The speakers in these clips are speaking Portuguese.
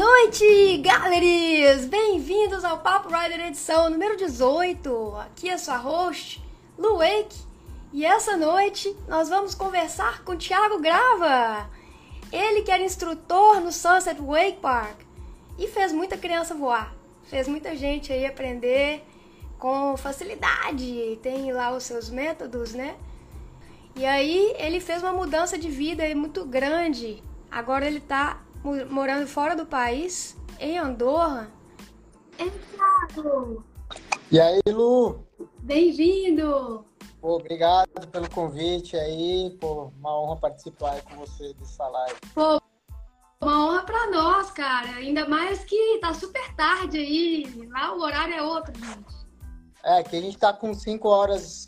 noite, galeries! Bem-vindos ao Papo Rider edição número 18. Aqui é sua host, Lu Wake, e essa noite nós vamos conversar com Thiago Grava. Ele que era instrutor no Sunset Wake Park e fez muita criança voar. Fez muita gente aí aprender com facilidade. Tem lá os seus métodos, né? E aí ele fez uma mudança de vida muito grande. Agora ele tá morando fora do país, em Andorra. Ei, Thiago! E aí, Lu? Bem-vindo! Pô, obrigado pelo convite aí. Pô, uma honra participar aí com você dessa live. Pô, uma honra pra nós, cara. Ainda mais que tá super tarde aí. Lá o horário é outro, gente. Que a gente tá com 5 horas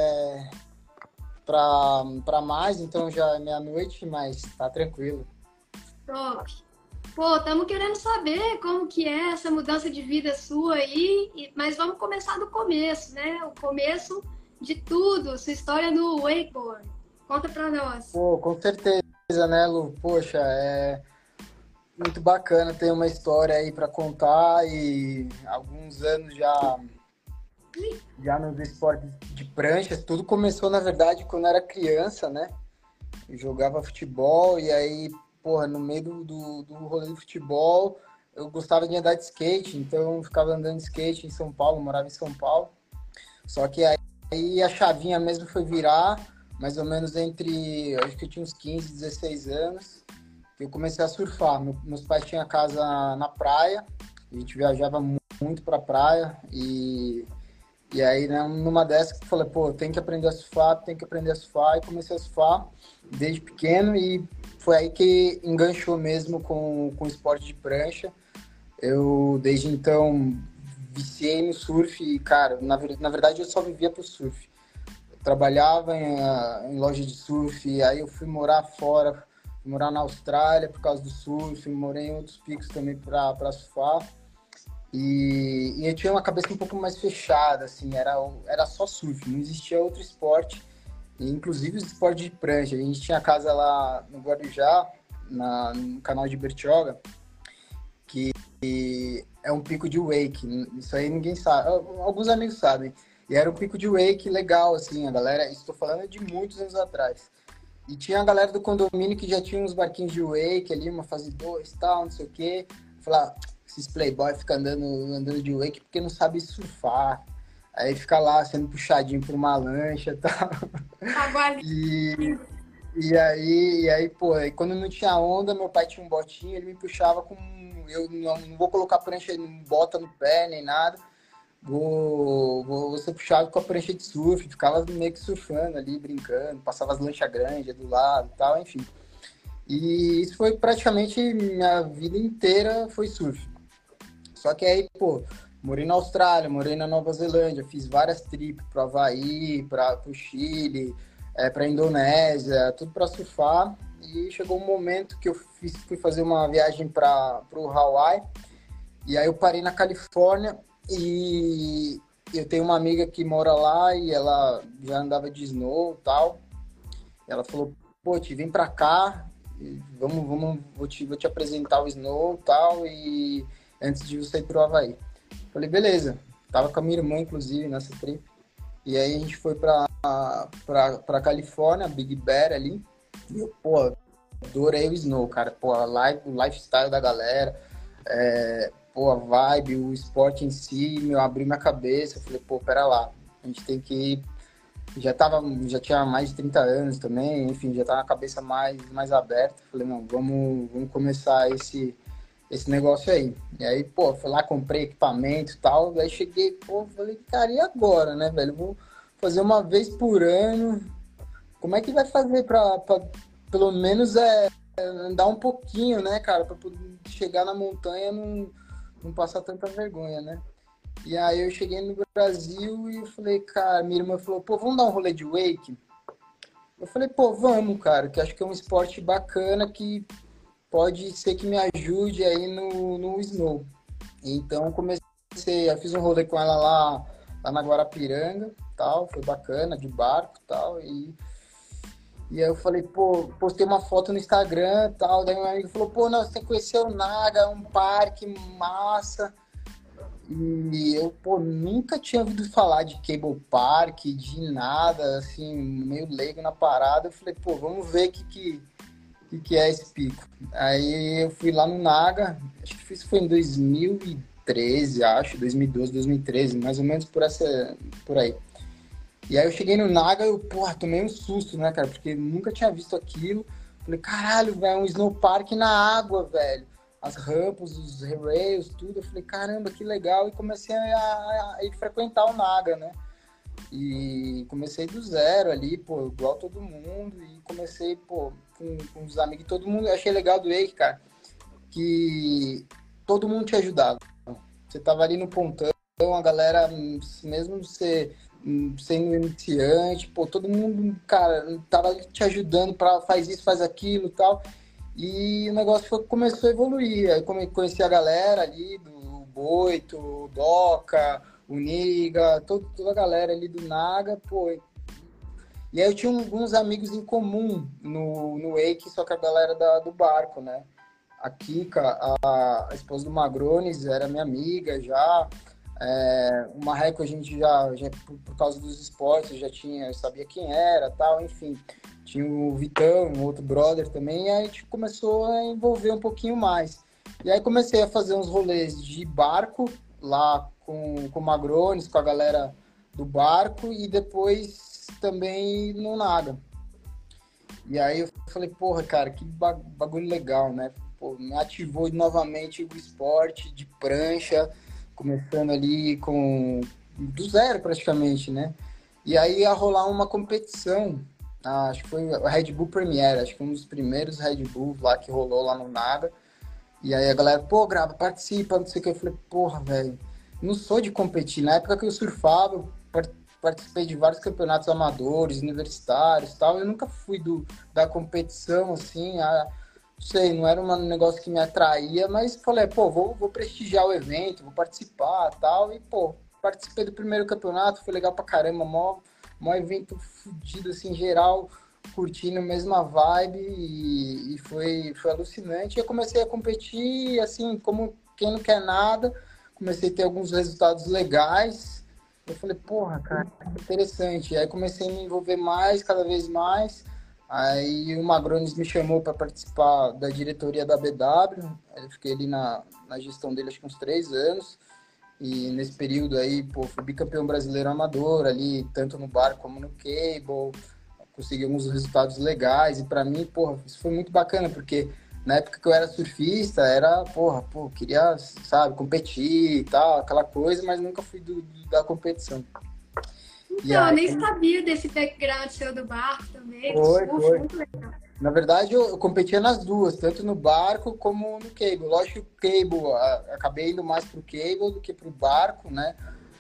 pra mais, então já é meia-noite, mas tá tranquilo. Top! Pô, estamos querendo saber como que é essa mudança de vida sua aí, mas vamos começar do começo, né? O começo de tudo, sua história no wakeboard. Conta pra nós. Pô, com certeza, né, Lu? Poxa, é muito bacana ter uma história aí pra contar e alguns anos já nos esportes de prancha. Tudo começou, na verdade, quando eu era criança, né? Eu jogava futebol e aí, porra, no meio do rolê de futebol, eu gostava de andar de skate, então eu ficava andando de skate em São Paulo, morava em São Paulo. Só que aí a chavinha mesmo foi virar, mais ou menos acho que eu tinha uns 15, 16 anos, que eu comecei a surfar. Meus pais tinham casa na praia, a gente viajava muito pra praia e aí, né, numa dessas, eu falei, pô, tem que aprender a surfar, e comecei a surfar desde pequeno, e foi aí que enganchou mesmo com o esporte de prancha. Eu, desde então, viciei no surf e, cara, na verdade, eu só vivia pro surf. Eu trabalhava em loja de surf, e aí eu fui morar fora, fui morar na Austrália por causa do surf, morei em outros picos também pra surfar. E eu tinha uma cabeça um pouco mais fechada, assim, era só surf, não existia outro esporte, inclusive o esporte de prancha. A gente tinha casa lá no Guarujá, no canal de Bertioga, que é um pico de wake, isso aí ninguém sabe, alguns amigos sabem, e era um pico de wake legal, assim, a galera, estou falando de muitos anos atrás, e tinha a galera do condomínio que já tinha uns barquinhos de wake ali, uma fase 2 e tal, não sei o quê, falar, esses playboy ficam andando de wake porque não sabe surfar. Aí fica lá sendo puxadinho por uma lancha e tal. E, e aí, pô, aí quando não tinha onda, meu pai tinha um botinho, ele me puxava com... Eu não vou colocar prancha, não bota no pé, nem nada. Vou ser puxado com a prancha de surf. Ficava meio que surfando ali, brincando. Passava as lanchas grandes do lado e tal, enfim. E isso foi praticamente minha vida inteira, foi surf. Só que aí, pô, morei na Austrália, morei na Nova Zelândia, fiz várias trips pro Havaí, pro Chile, pra Indonésia, tudo pra surfar. E chegou um momento que eu fui fazer uma viagem pro Hawaii, e aí eu parei na Califórnia e eu tenho uma amiga que mora lá e ela já andava de snow e tal. Ela falou, pô, vem pra cá, vou te apresentar o snow e tal, e antes de você ir pro Havaí. Falei, beleza. Tava com a minha irmã, inclusive, nessa trip. E aí a gente foi pra Califórnia, Big Bear ali. E eu, pô, adorei o snow, cara. Pô, o lifestyle da galera, pô, a vibe, o esporte em si, abriu minha cabeça. Eu falei, pô, pera lá. A gente tem que ir. Já tinha mais de 30 anos também, enfim, já tava com a cabeça mais aberta. Falei, não, vamos começar esse negócio aí. E aí, pô, fui lá, comprei equipamento e tal. Daí cheguei, pô, falei, cara, e agora, né, velho? Vou fazer uma vez por ano. Como é que vai fazer pra pelo menos andar um pouquinho, né, cara? Pra poder chegar na montanha e não passar tanta vergonha, né? E aí eu cheguei no Brasil e eu falei, cara, minha irmã falou, pô, vamos dar um rolê de wake? Eu falei, pô, vamos, cara, que acho que é um esporte bacana que pode ser que me ajude aí no snow. Então eu fiz um rolê com ela lá na Guarapiranga, tal, foi bacana, de barco, tal, E aí eu falei, pô, postei uma foto no Instagram e tal. Daí meu amigo falou, pô, não, você tem que conhecer o Naga, é um parque massa. E eu, pô, nunca tinha ouvido falar de cable park, de nada, assim, meio leigo na parada. Eu falei, pô, vamos ver o que é esse pico. Aí eu fui lá no Naga, acho que isso foi em 2013, acho, 2012, 2013, mais ou menos por aí. E aí eu cheguei no Naga e eu, porra, tomei um susto, né, cara? Porque nunca tinha visto aquilo. Falei, caralho, velho, é um snowpark na água, velho. As rampas, os rails, tudo. Eu falei, caramba, que legal. E comecei a ir frequentar o Naga, né? E comecei do zero ali, pô, igual todo mundo. E comecei, pô, com os amigos. Todo mundo, eu achei legal do Wake, cara, que todo mundo te ajudava. Você tava ali no pontão, a galera, mesmo você sendo iniciante, pô, todo mundo, cara, tava ali te ajudando para faz isso, faz aquilo e tal. E o negócio começou a evoluir. Aí conheci a galera ali do Boito, o Doca, o Niga, toda a galera ali do Naga, pô. E aí eu tinha alguns amigos em comum no Wake, só que a galera do barco, né? A Kika, a esposa do Magrones, era minha amiga já. O Marreco a gente já por causa dos esportes, eu sabia quem era, tal, enfim. Tinha o Vitão, um outro brother também, e aí a gente começou a envolver um pouquinho mais. E aí comecei a fazer uns rolês de barco lá com o Magrones, com a galera do barco, e depois também no Naga. E aí eu falei, porra, cara, que bagulho legal, né? Pô, me ativou novamente o esporte de prancha, começando ali do zero praticamente, né? E aí ia rolar uma competição, acho que foi a Red Bull Premier, acho que foi um dos primeiros Red Bulls lá que rolou lá no Naga. E aí a galera, pô, Grava, participa, não sei o que. Eu falei, porra, velho, não sou de competir. Na época que eu surfava, eu participei de vários campeonatos amadores, universitários e tal. Eu nunca fui da competição, assim, não sei, não era um negócio que me atraía, mas falei, pô, vou prestigiar o evento, vou participar e tal. E, pô, participei do primeiro campeonato, foi legal pra caramba, mó evento fudido, assim, geral curtindo a mesma vibe e foi alucinante. Eu comecei a competir, assim, como quem não quer nada, comecei a ter alguns resultados legais. Eu falei, porra, cara, que interessante. E aí comecei a me envolver mais, cada vez mais. Aí o Magrones me chamou para participar da diretoria da BW. Eu fiquei ali na gestão dele acho que uns 3 anos. E nesse período aí, pô, fui bicampeão brasileiro amador ali, tanto no bar como no cable, consegui alguns resultados legais. E para mim, porra, isso foi muito bacana, porque na época que eu era surfista, era, porra, pô, queria, sabe, competir e tal, aquela coisa, mas nunca fui da competição. E Então, eu aí, nem sabia desse background seu do barco também, do surf, foi. muito legal. Na verdade, eu competia nas duas, tanto no barco como no cable. Lógico que o cable, acabei indo mais pro cable do que pro barco, né?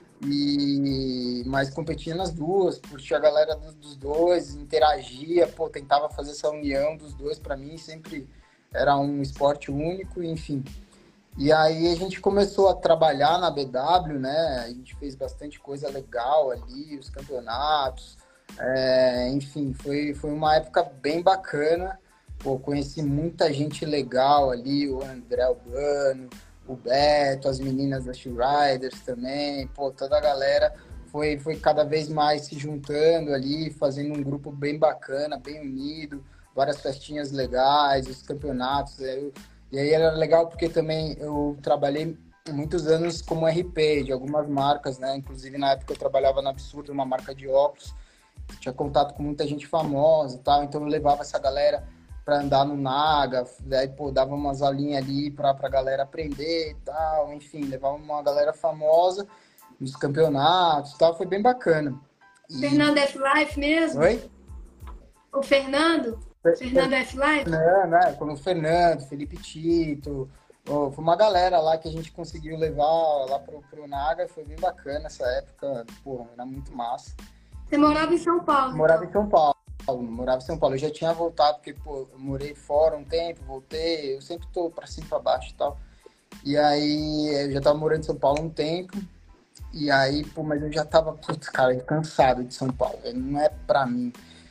Mas competia nas duas, curtia a galera dos dois, interagia, pô, tentava fazer essa união dos dois. Para mim sempre era um esporte único, enfim. E aí a gente começou a trabalhar na BW, né? A gente fez bastante coisa legal ali, os campeonatos, enfim, foi uma época bem bacana. Pô, conheci muita gente legal ali, o André Albano, o Beto, as meninas da Riders também, pô, toda a galera foi cada vez mais se juntando ali, fazendo um grupo bem bacana, bem unido, várias festinhas legais, os campeonatos. E aí era legal porque também eu trabalhei muitos anos como RP de algumas marcas, né? Inclusive na época eu trabalhava na Absurdo, uma marca de óculos, tinha contato com muita gente famosa e tal, então eu levava essa galera para andar no Naga, daí, pô, dava umas aulinhas ali pra galera aprender e tal, enfim, levava uma galera famosa nos campeonatos e tal, foi bem bacana. E... Fernando F. Life mesmo? Oi? O Fernando? Fernando F. Life? Fernando, né? Como o Fernando, Felipe Tito, foi uma galera lá que a gente conseguiu levar lá pro Naga, foi bem bacana essa época, pô, era muito massa. Você morava em São Paulo, Morava então? em São Paulo. Morava em São Paulo. Eu já tinha voltado, porque, pô, eu morei fora um tempo, voltei. Eu sempre tô pra cima e pra baixo e tal. E aí, eu já tava morando em São Paulo um tempo. E aí, pô, mas eu já tava, putz, cara, cansado de São Paulo. Não é pra mim.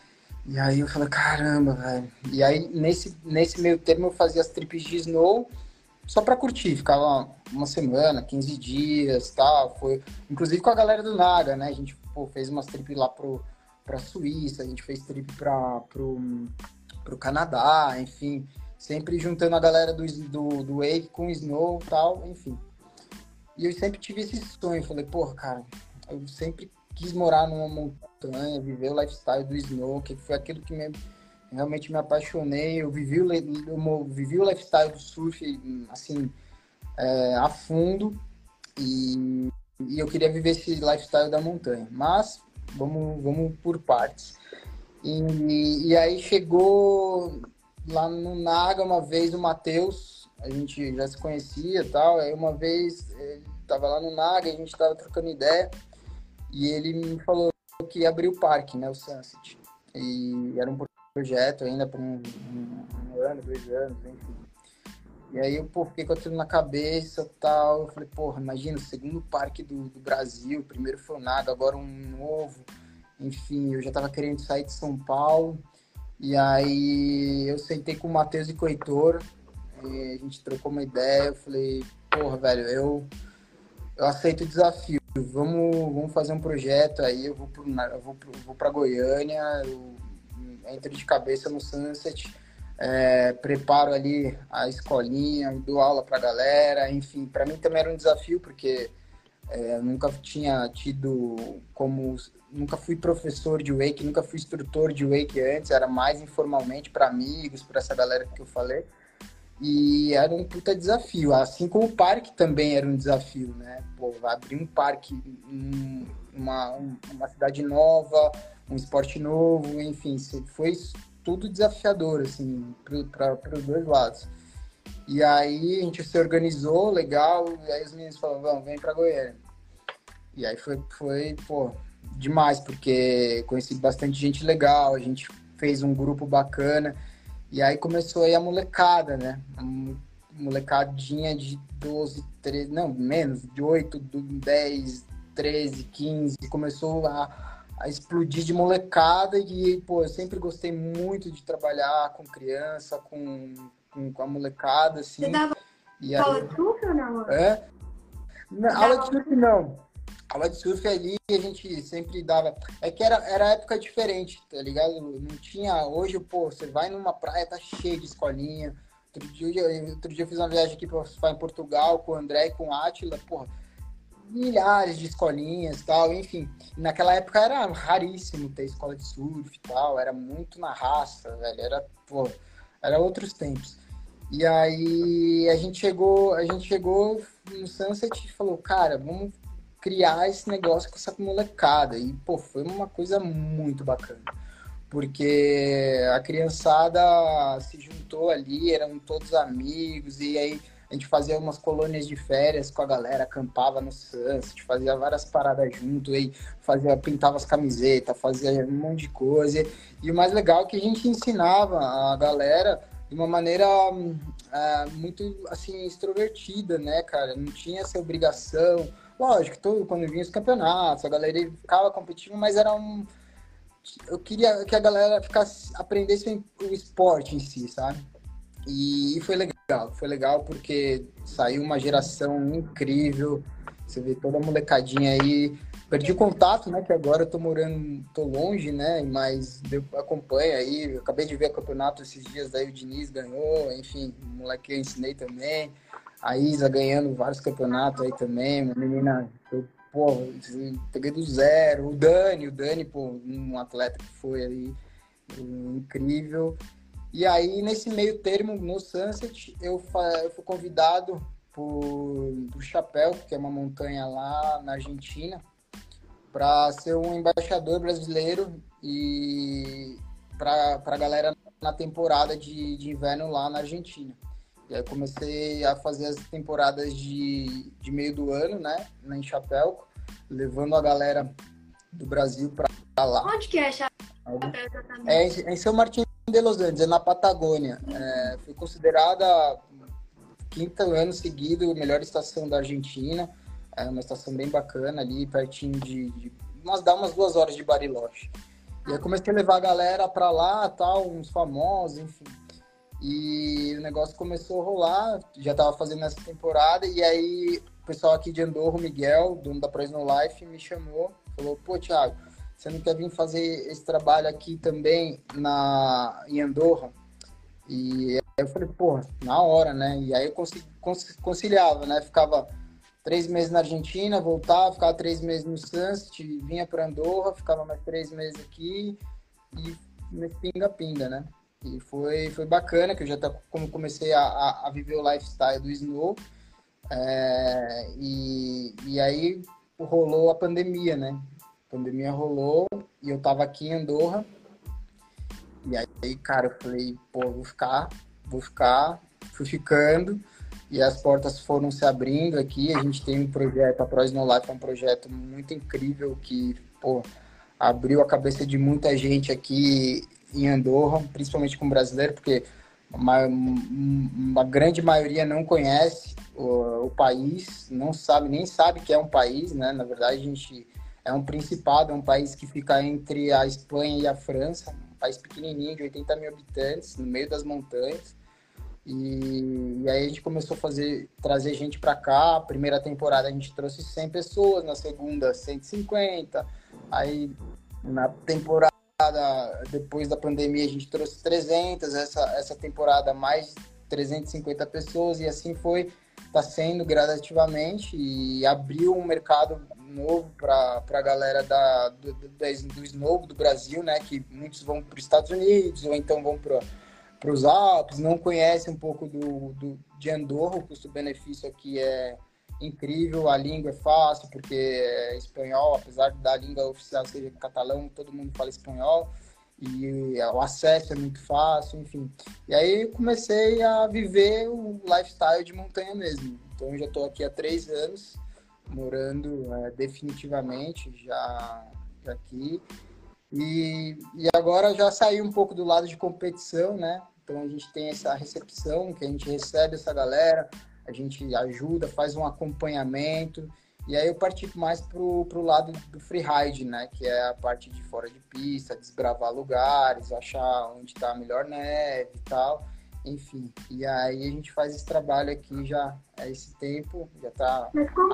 E aí eu falei, caramba, velho. E aí nesse meio termo eu fazia as trips de snow só pra curtir, ficava uma semana, 15 dias, tal. Foi, inclusive com a galera do Naga, né? A gente pô, fez umas trips lá pra Suíça, a gente fez trip pro Canadá, enfim. Sempre juntando a galera do Wake com o Snow e tal, enfim. E eu sempre tive esse sonho, falei, porra, cara, eu sempre quis morar numa montanha, viver o lifestyle do Snow, que foi aquilo que realmente me apaixonei. Eu vivi o lifestyle do surf, assim, a fundo e eu queria viver esse lifestyle da montanha. Mas vamos por partes. E aí chegou lá no Naga uma vez o Matheus, a gente já se conhecia e tal. Aí uma vez ele tava lá no Naga, a gente tava trocando ideia e ele me falou que ia abrir o parque, né, o Sunset. E era um projeto ainda por um ano, 2 anos, enfim. E aí eu, pô, fiquei com aquilo na cabeça e tal. Eu falei, porra, imagina, o segundo parque do Brasil, o primeiro foi o Naga, agora um novo. Enfim, eu já tava querendo sair de São Paulo. E aí eu sentei com o Matheus e com o Heitor, e a gente trocou uma ideia. Eu falei, porra, velho, eu aceito o desafio. Vamos fazer um projeto aí. Eu vou para Goiânia, eu entro de cabeça no Sunset, preparo ali a escolinha, dou aula pra galera. Enfim, para mim também era um desafio, porque eu nunca tinha nunca fui professor de wake, nunca fui instrutor de wake antes, era mais informalmente para amigos, para essa galera que eu falei. E era um puta desafio, assim como o parque também era um desafio, né? Pô, vai abrir um parque, uma cidade nova, um esporte novo, enfim, foi tudo desafiador, assim, para os dois lados. E aí a gente se organizou, legal, e aí os meninos falaram, vamos, vem pra Goiânia. E aí foi, pô, demais, porque conheci bastante gente legal, a gente fez um grupo bacana, e aí começou aí a molecada, né? A molecadinha de 12, 13, não, menos, de 8, 10, 13, 15, começou a explodir de molecada e, pô, eu sempre gostei muito de trabalhar com criança, com a molecada, Você assim. dava E aí, aula de surf ou não? é, Você aula dava de aula surf não. Aula de surf ali a gente sempre dava. É que era época diferente, tá ligado? Não tinha. Hoje, pô, você vai numa praia, tá cheio de escolinha. Outro dia eu fiz uma viagem aqui pra em Portugal com o André e com a Átila, porra, milhares de escolinhas e tal, enfim. Naquela época era raríssimo ter escola de surf e tal, era muito na raça, velho. Pô, era outros tempos. E aí a gente chegou no Sunset e falou, cara, vamos criar esse negócio com essa molecada. E, pô, foi uma coisa muito bacana. Porque a criançada se juntou ali, eram todos amigos, e aí a gente fazia umas colônias de férias com a galera, acampava no Sunset, fazia várias paradas junto, aí pintava as camisetas, fazia um monte de coisa. E o mais legal é que a gente ensinava a galera de uma maneira muito assim extrovertida, né, cara? Não tinha essa obrigação. Lógico, quando vinha os campeonatos, a galera ficava competitiva, mas eu queria que a galera aprendesse o esporte em si, sabe? E foi legal porque saiu uma geração incrível. Você vê toda a molecadinha aí. Perdi o contato, né? Que agora eu tô longe, né? Mas eu acompanho aí. Eu acabei de ver o campeonato esses dias, daí o Diniz ganhou, enfim, o moleque eu ensinei também. A Isa ganhando vários campeonatos aí também, uma menina, pô, peguei do zero. O Dani, pô, um atleta que foi aí incrível. E aí, nesse meio termo, no Sunset, eu fui convidado por Chapéu, que é uma montanha lá na Argentina, para ser um embaixador brasileiro e para a galera na temporada de inverno lá na Argentina. E aí comecei a fazer as temporadas de meio do ano, né, em Chapéu, levando a galera do Brasil para lá. Onde que é Chapéu É exatamente? em São Martin de Los Andes, é na Patagônia. Foi considerada quinto ano seguido a melhor estação da Argentina. É uma estação bem bacana ali, pertinho dá umas 2 horas de Bariloche. E aí comecei a levar a galera pra lá, tal, uns famosos, enfim. E o negócio começou a rolar, já tava fazendo essa temporada, e aí o pessoal aqui de Andorra, o Miguel, dono da Pro Snow Life, me chamou, falou, pô, Thiago, você não quer vir fazer esse trabalho aqui também em Andorra? E aí eu falei, pô, na hora, né? E aí eu conciliava, né? Ficava 3 meses na Argentina, voltava, ficava 3 meses no Sunset, vinha para Andorra, ficava mais 3 meses aqui e nesse pinga-pinga, né? E foi bacana, que eu já como comecei a viver o lifestyle do Snow, e aí rolou a pandemia, né? A pandemia rolou e eu tava aqui em Andorra, e aí, cara, eu falei, pô, vou ficar, fui ficando, e as portas foram se abrindo aqui. A gente tem um projeto, a Pro Snow Life é um projeto muito incrível que, pô, abriu a cabeça de muita gente aqui em Andorra, principalmente com brasileiro, porque uma grande maioria não conhece o país, não sabe, nem sabe que é um país, né? Na verdade, a gente é um principado, é um país que fica entre a Espanha e a França, um país pequenininho, de 80 mil habitantes, no meio das montanhas. E aí a gente começou a trazer gente para cá. A primeira temporada a gente trouxe 100 pessoas, na segunda 150. Aí na temporada depois da pandemia a gente trouxe 300, essa temporada mais 350 pessoas, e assim tá sendo gradativamente, e abriu um mercado novo para a galera do Snow do Brasil, né, que muitos vão para os Estados Unidos ou então vão para os Alpes, não conhecem um pouco de Andorra. O custo-benefício aqui é incrível, a língua é fácil, porque é espanhol, apesar da língua oficial ser catalão, todo mundo fala espanhol, e o acesso é muito fácil, enfim. E aí eu comecei a viver o lifestyle de montanha mesmo. Então eu já estou aqui há 3 anos, morando definitivamente já aqui. E agora já saí um pouco do lado de competição, né? Então a gente tem essa recepção, que a gente recebe essa galera, a gente ajuda, faz um acompanhamento. E aí eu parti mais pro lado do freeride, né? Que é a parte de fora de pista, desbravar lugares, achar onde está a melhor neve e tal. Enfim, e aí a gente faz esse trabalho aqui já há esse tempo, já tá...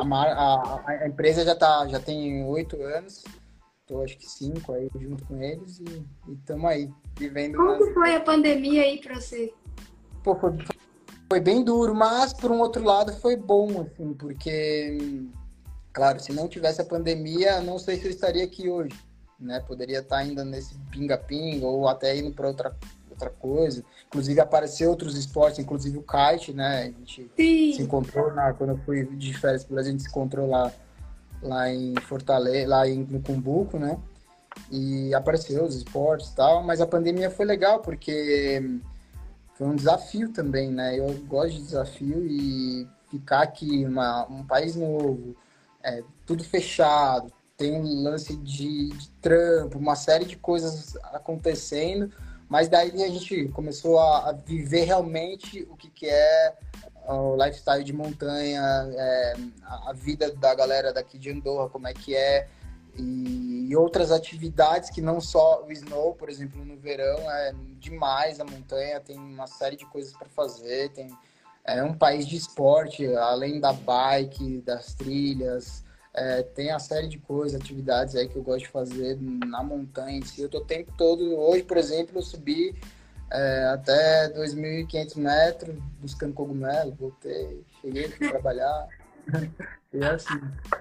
A empresa já tem 8 anos. Tô acho que 5 aí junto com eles, e estamos aí, vivendo. Como que foi a pandemia aí pra você? Pô, foi bem duro, mas por um outro lado foi bom, assim, porque, claro, se não tivesse a pandemia, não sei se eu estaria aqui hoje, né? Poderia estar ainda nesse pinga-pinga ou até indo para outra coisa. Inclusive apareceu outros esportes, inclusive o kite, né? A gente se encontrou quando eu fui de férias pro Brasil, a gente se encontrou lá em Fortaleza, no Cumbuco, né? E apareceu os esportes e tal, mas a pandemia foi legal porque foi um desafio também, né? Eu gosto de desafio, e ficar aqui um país novo, tudo fechado, tem um lance de trampo, uma série de coisas acontecendo, mas daí a gente começou a viver realmente o que é o lifestyle de montanha, a vida da galera daqui de Andorra, como é que é, e outras atividades que não só o snow. Por exemplo, no verão é demais a montanha, tem uma série de coisas para fazer, é um país de esporte, além da bike, das trilhas, tem a série de coisas, atividades aí que eu gosto de fazer na montanha em si. Eu tô o tempo todo, hoje, por exemplo, eu subi até 2.500 metros, buscando cogumelo, voltei, cheguei, fui trabalhar, e é assim.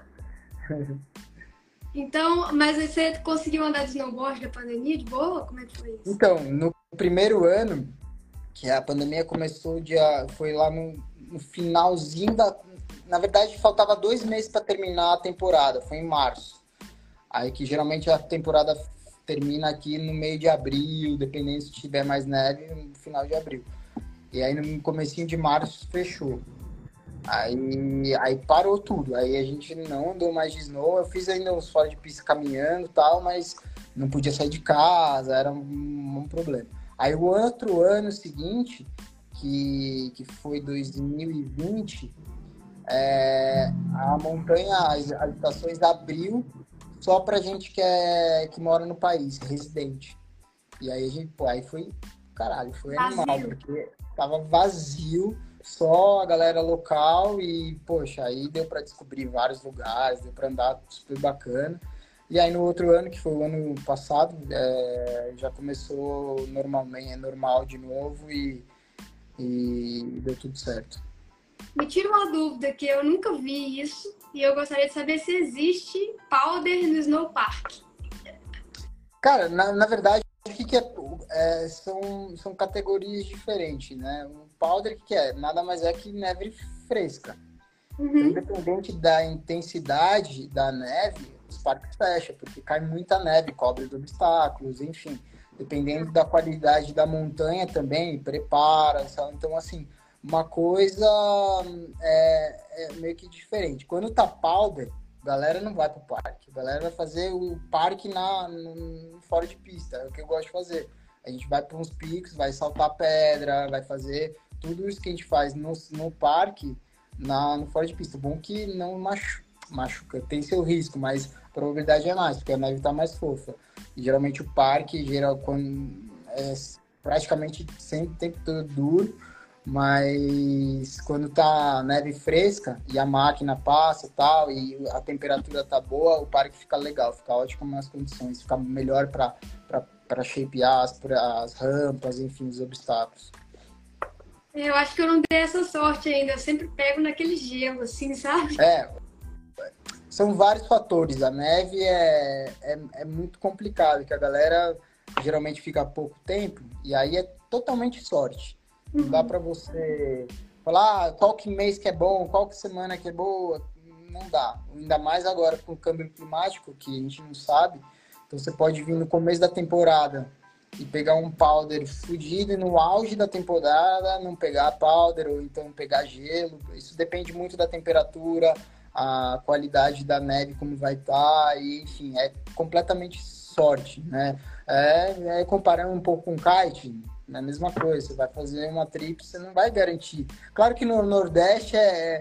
Então, mas você conseguiu andar de snowboard da pandemia de boa? Como é que foi isso? Então, no primeiro ano, que a pandemia começou, foi lá no finalzinho Na verdade, faltava 2 meses para terminar a temporada, foi em março. Aí que geralmente a temporada termina aqui no meio de abril, dependendo se tiver mais neve, no final de abril. E aí no comecinho de março fechou. Aí parou tudo. Aí a gente não andou mais de snow. Eu fiz ainda uns fora de pista caminhando e tal, mas não podia sair de casa, era um problema. Aí o outro ano seguinte, que foi 2020, a montanha, as estações abriu, só pra gente que mora no país, residente. E aí a gente, pô, aí foi, caralho, foi animal, Vazio. porque tava vazio, só a galera local e, poxa, aí deu pra descobrir vários lugares, deu pra andar super bacana. E aí no outro ano, que foi o ano passado, já começou normalmente, é normal de novo e deu tudo certo. Me tira uma dúvida que eu nunca vi isso e eu gostaria de saber se existe powder no Snow Park. Cara, na verdade, o que são categorias diferentes, né? O powder, o que é? Nada mais é que neve fresca. Então, Uhum. independente da intensidade da neve, os parques fecham, porque cai muita neve, cobre os obstáculos, enfim. Dependendo da qualidade da montanha também, prepara, sabe? Então, assim, uma coisa é meio que diferente. Quando tá powder, a galera não vai pro parque. A galera vai fazer o parque fora de pista, é o que eu gosto de fazer. A gente vai para uns picos, vai saltar pedra, vai fazer tudo isso que a gente faz no parque, no fora de pista. Bom que não machuca, tem seu risco, mas a probabilidade é mais, porque a neve está mais fofa. E geralmente o parque, quando praticamente sempre tem todo duro, mas quando tá neve fresca e a máquina passa e tal, e a temperatura tá boa, o parque fica legal, fica ótimo nas condições, fica melhor para shapear as rampas, enfim, os obstáculos. Eu acho que eu não dei essa sorte ainda. Eu sempre pego naquele gelo, assim, sabe? É, são vários fatores. A neve é muito complicado, que a galera geralmente fica há pouco tempo, e aí é totalmente sorte. Não dá Uhum. para você falar qual que mês que é bom, qual que semana que é boa. Não dá. Ainda mais agora com o câmbio climático, que a gente não sabe. Então você pode vir no começo da temporada e pegar um powder fudido e no auge da temporada não pegar powder ou então pegar gelo. Isso depende muito da temperatura, a qualidade da neve como vai estar, e enfim, é completamente sorte, né? Comparando um pouco com kite, é a mesma coisa, você vai fazer uma trip, você não vai garantir. Claro que no Nordeste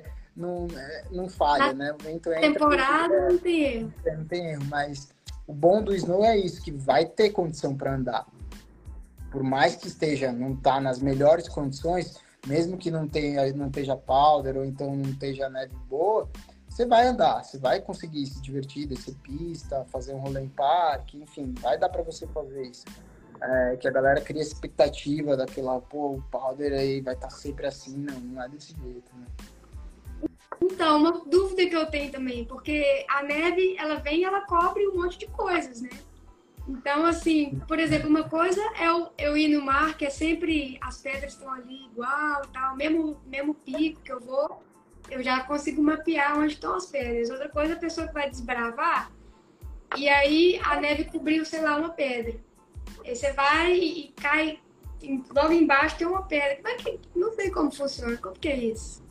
não falha, Na né? O vento entra, temporada não tem erro. não tem erro, mas o bom do snow é isso, que vai ter condição para andar. Por mais que não tá nas melhores condições, mesmo que não esteja powder ou então não esteja neve boa, você vai andar, você vai conseguir se divertir, descer pista, fazer um rolê em parque, enfim, vai dar para você fazer isso. Que a galera cria expectativa daquela, pô, o powder aí vai estar sempre assim, não é desse jeito, né? Então, uma dúvida que eu tenho também, porque a neve, ela vem e ela cobre um monte de coisas, né? Então, assim, por exemplo, uma coisa é eu ir no mar, que é sempre as pedras estão ali igual e tal, mesmo pico que eu vou, eu já consigo mapear onde estão as pedras. Outra coisa é a pessoa que vai desbravar e aí a neve cobriu, sei lá, uma pedra. Aí você vai e cai, logo embaixo tem uma pedra. Como é que. Não sei como funciona, como que é isso?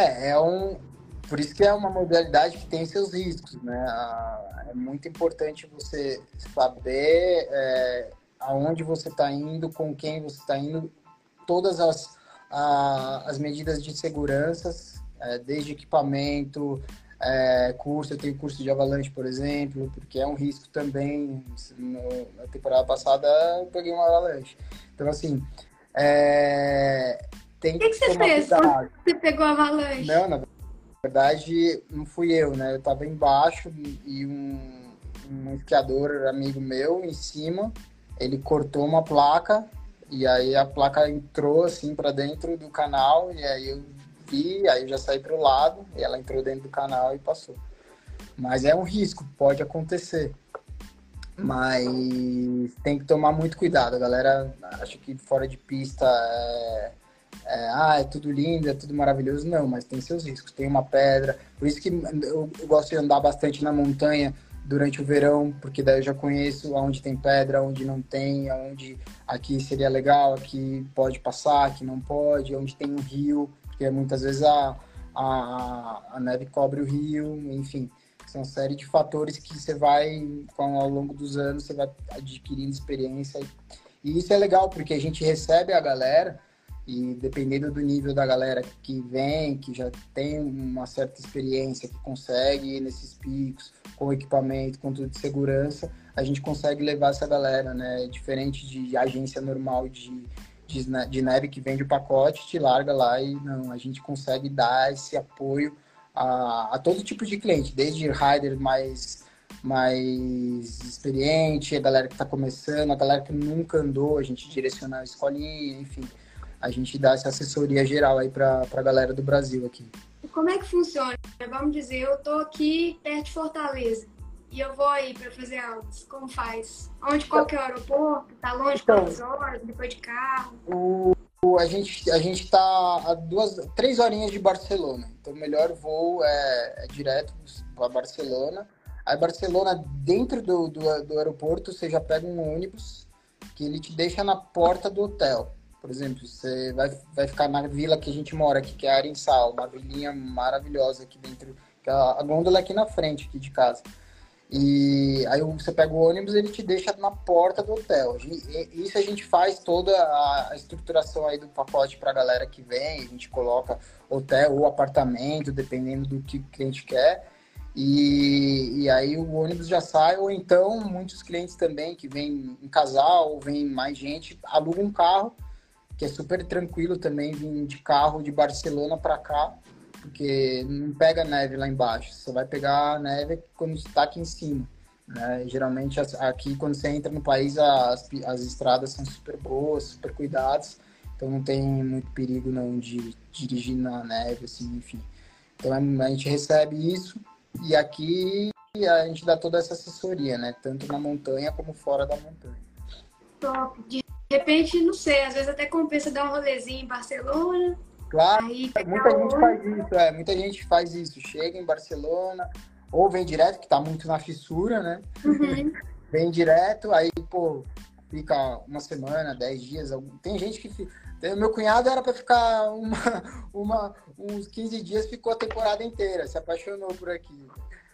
Por isso que é uma modalidade que tem seus riscos, né? É muito importante você saber aonde você está indo, com quem você está indo, todas as medidas de segurança, desde equipamento, curso. Eu tenho curso de avalanche, por exemplo, porque é um risco também. Na temporada passada eu peguei uma avalanche. Então, assim, O tem que que que você tomar fez quando cuidado. você pegou a avalanche? Não, na verdade, não fui eu, né? Eu tava embaixo e um esquiador amigo meu em cima, ele cortou uma placa e aí a placa entrou assim para dentro do canal e aí eu vi, aí eu já saí pro lado e ela entrou dentro do canal e passou. Mas é um risco, pode acontecer. Mas tem que tomar muito cuidado. A galera acha que fora de pista é tudo lindo, é tudo maravilhoso. Não, mas tem seus riscos. Tem uma pedra. Por isso que eu gosto de andar bastante na montanha durante o verão, porque daí eu já conheço onde tem pedra, onde não tem, onde aqui seria legal, aqui pode passar, aqui não pode, onde tem um rio, porque muitas vezes a neve cobre o rio, enfim. São uma série de fatores que você vai, ao longo dos anos, você vai adquirindo experiência. E isso é legal, porque a gente recebe a galera E dependendo do nível da galera que vem, que já tem uma certa experiência, que consegue ir nesses picos, com equipamento, com tudo de segurança, a gente consegue levar essa galera, né? Diferente de agência normal de neve que vende o pacote, te larga lá e não, a gente consegue dar esse apoio a todo tipo de cliente, desde rider mais experiente, a galera que está começando, a galera que nunca andou, a gente direciona a escolinha, enfim. A gente dá essa assessoria geral aí para a galera do Brasil aqui. E como é que funciona? Vamos dizer, eu tô aqui perto de Fortaleza e eu vou aí para fazer aulas. Como faz? Qual que é o aeroporto? Tá longe, quantas horas? Depois de carro? A gente tá a 3 horinhas de Barcelona. Então o melhor voo é direto para Barcelona. Aí Barcelona, dentro do aeroporto, você já pega um ônibus que ele te deixa na porta do hotel. Por exemplo, você vai ficar na vila que a gente mora aqui, que é Arinsal, uma vilinha maravilhosa aqui dentro, que a gôndola é aqui na frente aqui de casa. E aí você pega o ônibus, ele te deixa na porta do hotel. Isso a gente faz toda a estruturação aí do pacote para a galera que vem. A gente coloca hotel ou apartamento, dependendo do que o cliente quer. E aí o ônibus já sai, ou então muitos clientes também que vêm em casal, ou vem mais gente, alugam um carro, que é super tranquilo também vir de carro de Barcelona para cá, porque não pega neve lá embaixo, você vai pegar neve quando está aqui em cima, né? Geralmente aqui quando você entra no país as estradas são super boas, super cuidadas, então não tem muito perigo não de dirigir na neve, assim, enfim. Então a gente recebe isso e aqui a gente dá toda essa assessoria, né? Tanto na montanha como fora da montanha. Top. De repente, não sei, às vezes até compensa dar um rolezinho em Barcelona. Claro, Aí muita gente faz isso, muita gente faz isso. Chega em Barcelona, ou vem direto, que tá muito na fissura, né? Uhum. Vem direto, aí, pô, fica uma semana, 10 dias. Tem gente que fica. Meu cunhado era para ficar uns 15 dias, ficou a temporada inteira, se apaixonou por aqui.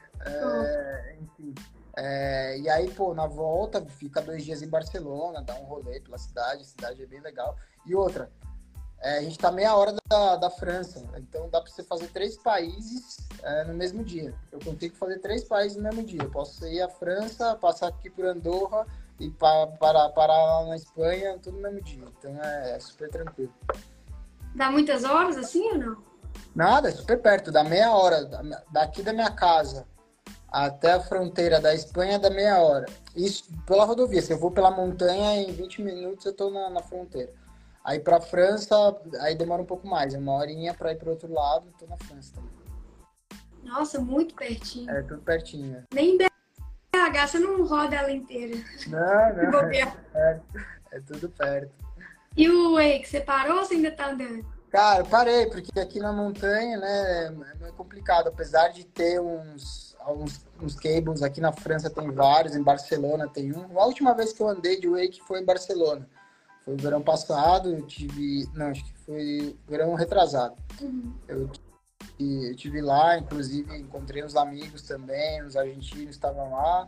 Enfim. E aí, pô, na volta, fica 2 dias em Barcelona, dá um rolê pela cidade, a cidade é bem legal. E outra, a gente tá meia hora da França, então dá para você fazer 3 países no mesmo dia. Eu consigo fazer 3 países no mesmo dia. Eu posso ir à França, passar aqui por Andorra e parar lá na Espanha, tudo no mesmo dia. Então é super tranquilo. Dá muitas horas assim ou não? Nada, é super perto, dá meia hora. Daqui da minha casa até a fronteira da Espanha dá meia hora. Isso pela rodovia. Se eu vou pela montanha, em 20 minutos eu tô na fronteira. Aí pra França, aí demora um pouco mais. É uma horinha pra ir pro outro lado, tô na França também. Nossa, muito pertinho. É tudo pertinho. Né? Nem em BH, você não roda ela inteira. Não. É tudo perto. E o Wake, você parou ou você ainda tá andando? Cara, parei, porque aqui na montanha, né, é meio complicado. Apesar de ter uns cables, aqui na França tem vários, em Barcelona tem um. A última vez que eu andei de Wake foi em Barcelona. Foi o verão passado, acho que foi verão retrasado. Uhum. Eu tive lá, inclusive encontrei uns amigos também, os argentinos estavam lá.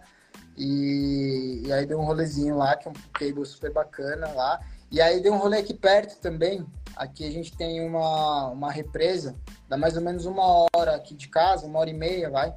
E aí deu um rolezinho lá, que é um cable super bacana lá. E aí deu um rolê aqui perto também. Aqui a gente tem uma represa, dá mais ou menos 1 hora aqui de casa, 1 hora e meia, vai.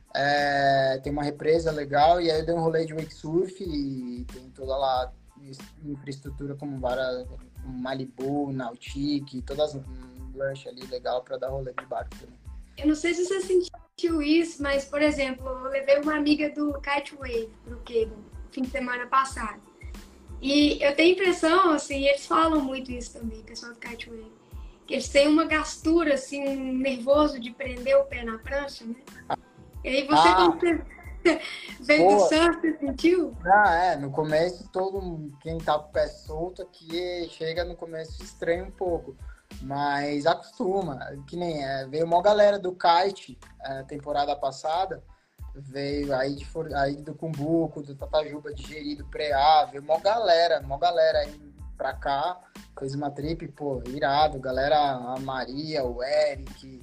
Tem uma represa legal, e aí deu um rolê de wake surf e tem toda lá infraestrutura como Malibu, Nautic, todas as lanches ali legal para dar rolê de barco também. Eu não sei se você sentiu isso, mas, por exemplo, eu levei uma amiga do Kitewave pro cable, fim de semana passado. E eu tenho a impressão, assim, eles falam muito isso também, pessoal do Kitewave, que eles têm uma gastura, assim, um nervoso de prender o pé na prancha, né? E aí você, como você veio do surf, você sentiu? No começo, quem tá com o pé solto aqui, chega no começo estranha um pouco, mas acostuma, que nem veio uma galera do kite, temporada passada, veio aí do Cumbuco, do Tatajuba, de Jeri, do Preá, veio uma galera aí pra cá, fez uma trip, pô, irado, galera, a Maria, o Eric.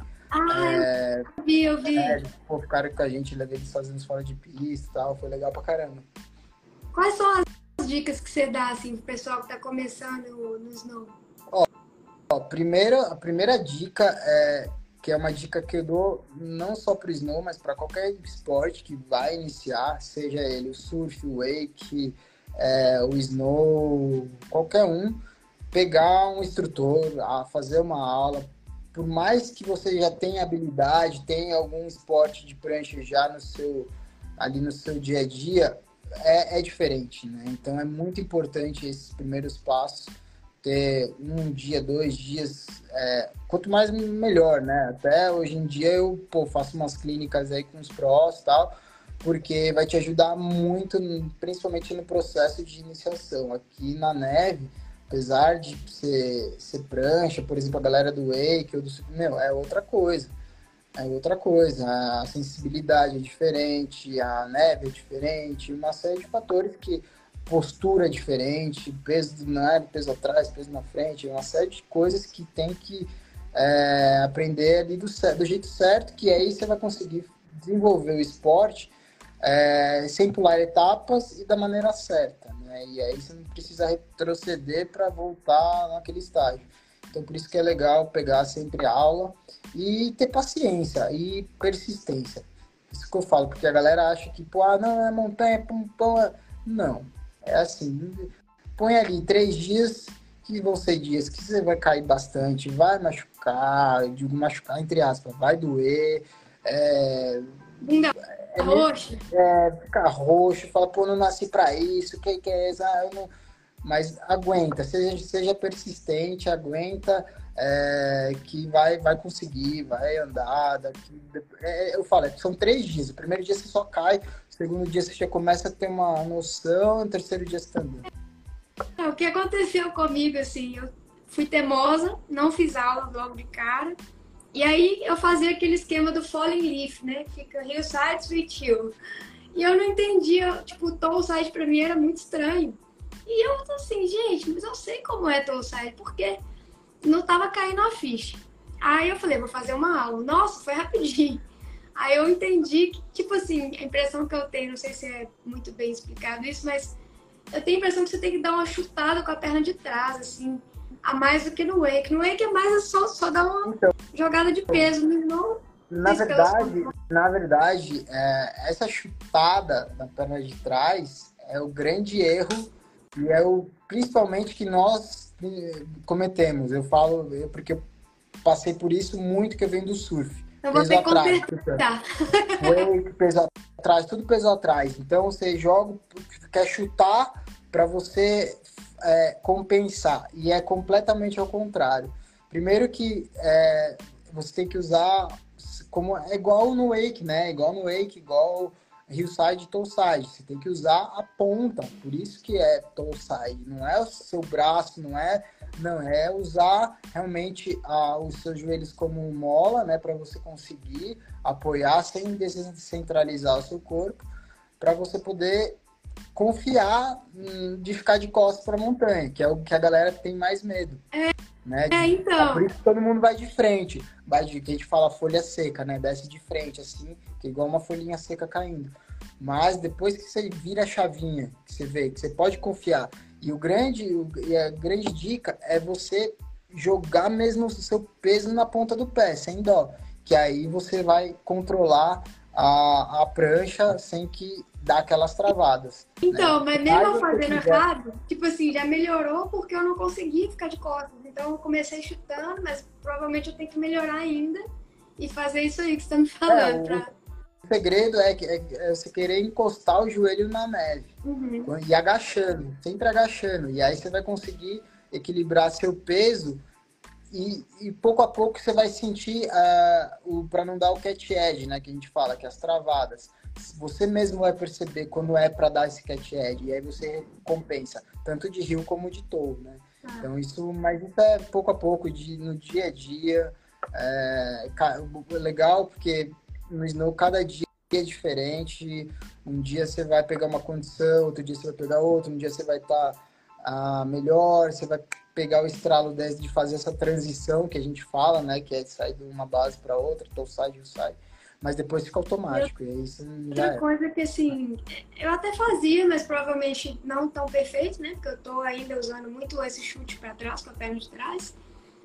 Eu vi. Pô, ficaram com a gente, levei eles fazendo fora de pista e tal, foi legal pra caramba. Quais são as dicas que você dá, assim, pro pessoal que tá começando no snow? Ó, a primeira dica que é uma dica que eu dou não só para o snow, mas para qualquer esporte que vai iniciar, seja ele o surf, o wake, o snow, qualquer um, pegar um instrutor, a fazer uma aula. Por mais que você já tenha habilidade, tenha algum esporte de prancha já ali no seu dia a dia, é diferente, né? Então é muito importante esses primeiros passos, ter um dia, 2 dias, quanto mais melhor, né? Até hoje em dia eu faço umas clínicas aí com os prós e tal, porque vai te ajudar muito, principalmente no processo de iniciação. Aqui na neve, apesar de ser prancha, por exemplo, a galera do wake ou do meu, é outra coisa. É outra coisa, a sensibilidade é diferente, a neve é diferente, uma série de fatores que postura é diferente, peso na neve, peso atrás, peso na frente, uma série de coisas que tem que aprender ali do jeito certo, que aí você vai conseguir desenvolver o esporte sem pular etapas e da maneira certa, né? E aí você não precisa retroceder para voltar naquele estágio. Então, por isso que é legal pegar sempre aula e ter paciência e persistência. Isso que eu falo, porque a galera acha que, não, é montanha, pum. Não. É assim, põe ali 3 dias, que vão ser dias que você vai cair bastante, vai machucar, eu digo machucar entre aspas, vai doer, Bunda roxa. ficar roxo, fala, não nasci pra isso, que é isso? Eu não... Mas aguenta, seja persistente, aguenta, que vai conseguir, vai andar. Eu falo, são 3 dias. O primeiro dia você só cai, o segundo dia você já começa a ter uma noção, o terceiro dia você tá andando. O que aconteceu comigo, assim, eu fui teimosa, não fiz aula logo de cara. E aí eu fazia aquele esquema do falling leaf, né? Fica hillside, sweet hill. E eu não entendia, tipo, o toe side pra mim era muito estranho. E eu tô assim, gente, mas eu sei como é toe side, porque não tava caindo a ficha. Aí eu falei, vou fazer uma aula. Nossa, foi rapidinho. Aí eu entendi que, tipo assim, a impressão que eu tenho, não sei se é muito bem explicado isso, mas eu tenho a impressão que você tem que dar uma chutada com a perna de trás, assim, a mais do que no wake. No wake é mais só dar uma jogada de peso, não. Na verdade, essa chutada da perna de trás é o grande erro e principalmente que nós cometemos. Eu falo porque eu passei por isso muito, que eu venho do surf. Eu vou ter que consertar. Wake, peso atrás, tudo peso atrás. Então você joga, quer chutar para você compensar. E é completamente ao contrário. Primeiro que você tem que usar como é igual no wake, né? Igual no wake, igual hillside e toe side. Você tem que usar a ponta. Por isso que é toe side. Não é o seu braço, não é usar realmente os seus joelhos como mola, né? Para você conseguir apoiar sem descentralizar o seu corpo, para você poder confiar de ficar de costas para a montanha, que é o que a galera tem mais medo. Né? Então. Por isso que todo mundo vai de frente. Que a gente fala folha seca, né? Desce de frente, assim, que é igual uma folhinha seca caindo. Mas depois que você vira a chavinha, que você vê, que você pode confiar. E a grande dica é você jogar mesmo o seu peso na ponta do pé, sem dó. Que aí você vai controlar a prancha sem que dá aquelas travadas. Então, né? Mas mesmo eu fazendo errado, tipo assim, já melhorou porque eu não consegui ficar de costas. Então eu comecei chutando, mas provavelmente eu tenho que melhorar ainda e fazer isso aí que você tá me falando. O segredo é você querer encostar o joelho na neve. E agachando, sempre agachando. E aí você vai conseguir equilibrar seu peso e pouco a pouco você vai sentir para não dar o catch edge, né? Que a gente fala, que é as travadas. Você mesmo vai perceber quando é para dar esse catch edge. E aí você compensa, tanto de heel como de toe, né? Então mas isso é pouco a pouco, no dia a dia. É legal porque no snow cada dia é diferente. Um dia você vai pegar uma condição, outro dia você vai pegar outra, um dia você vai estar melhor, você vai pegar o estralo de fazer essa transição que a gente fala, né? Que é sair de uma base para outra, toe side, sai. Mas depois fica automático. E isso outra coisa que, assim, eu até fazia, mas provavelmente não tão perfeito, né? Porque eu tô ainda usando muito esse chute para trás, com a perna de trás.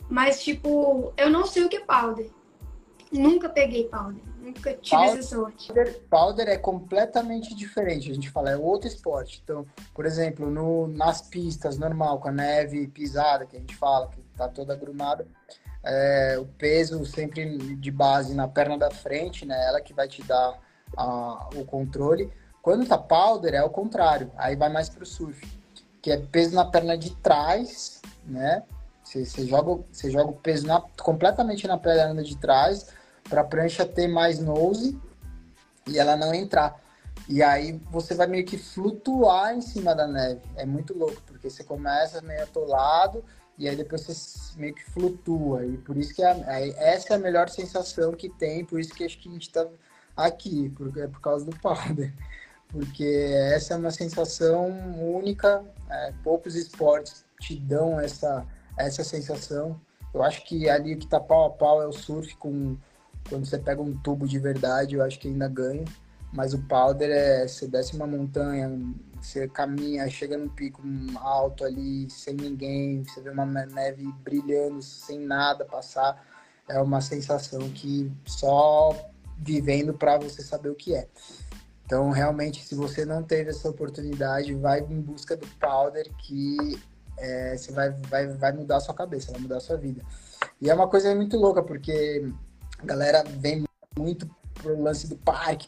Mas, tipo, eu não sei o que é powder. Nunca peguei powder. Nunca tive essa sorte. Powder é completamente diferente. A gente fala, é outro esporte. Então, por exemplo, nas pistas normal, com a neve pisada, que a gente fala, que tá toda agrumada, o peso sempre de base na perna da frente, né? Ela que vai te dar o controle. Quando tá powder, é o contrário. Aí vai mais pro surf, que é peso na perna de trás, né? Você joga o peso completamente na perna de trás para a prancha ter mais nose e ela não entrar. E aí você vai meio que flutuar em cima da neve. É muito louco, porque você começa meio atolado e aí depois você meio que flutua. E por isso que essa é a melhor sensação que tem, por isso que acho que a gente está aqui, porque é por causa do powder. Porque essa é uma sensação única, poucos esportes te dão essa sensação. Eu acho que ali o que está pau a pau é o surf, quando você pega um tubo de verdade, eu acho que ainda ganha. Mas o powder você desce uma montanha, você caminha, chega num pico alto ali, sem ninguém, você vê uma neve brilhando, sem nada passar. É uma sensação que só vivendo para você saber o que é. Então, realmente, se você não teve essa oportunidade, vai em busca do powder que você vai mudar a sua cabeça, vai mudar a sua vida. E é uma coisa muito louca, porque a galera vem muito pro lance do parque.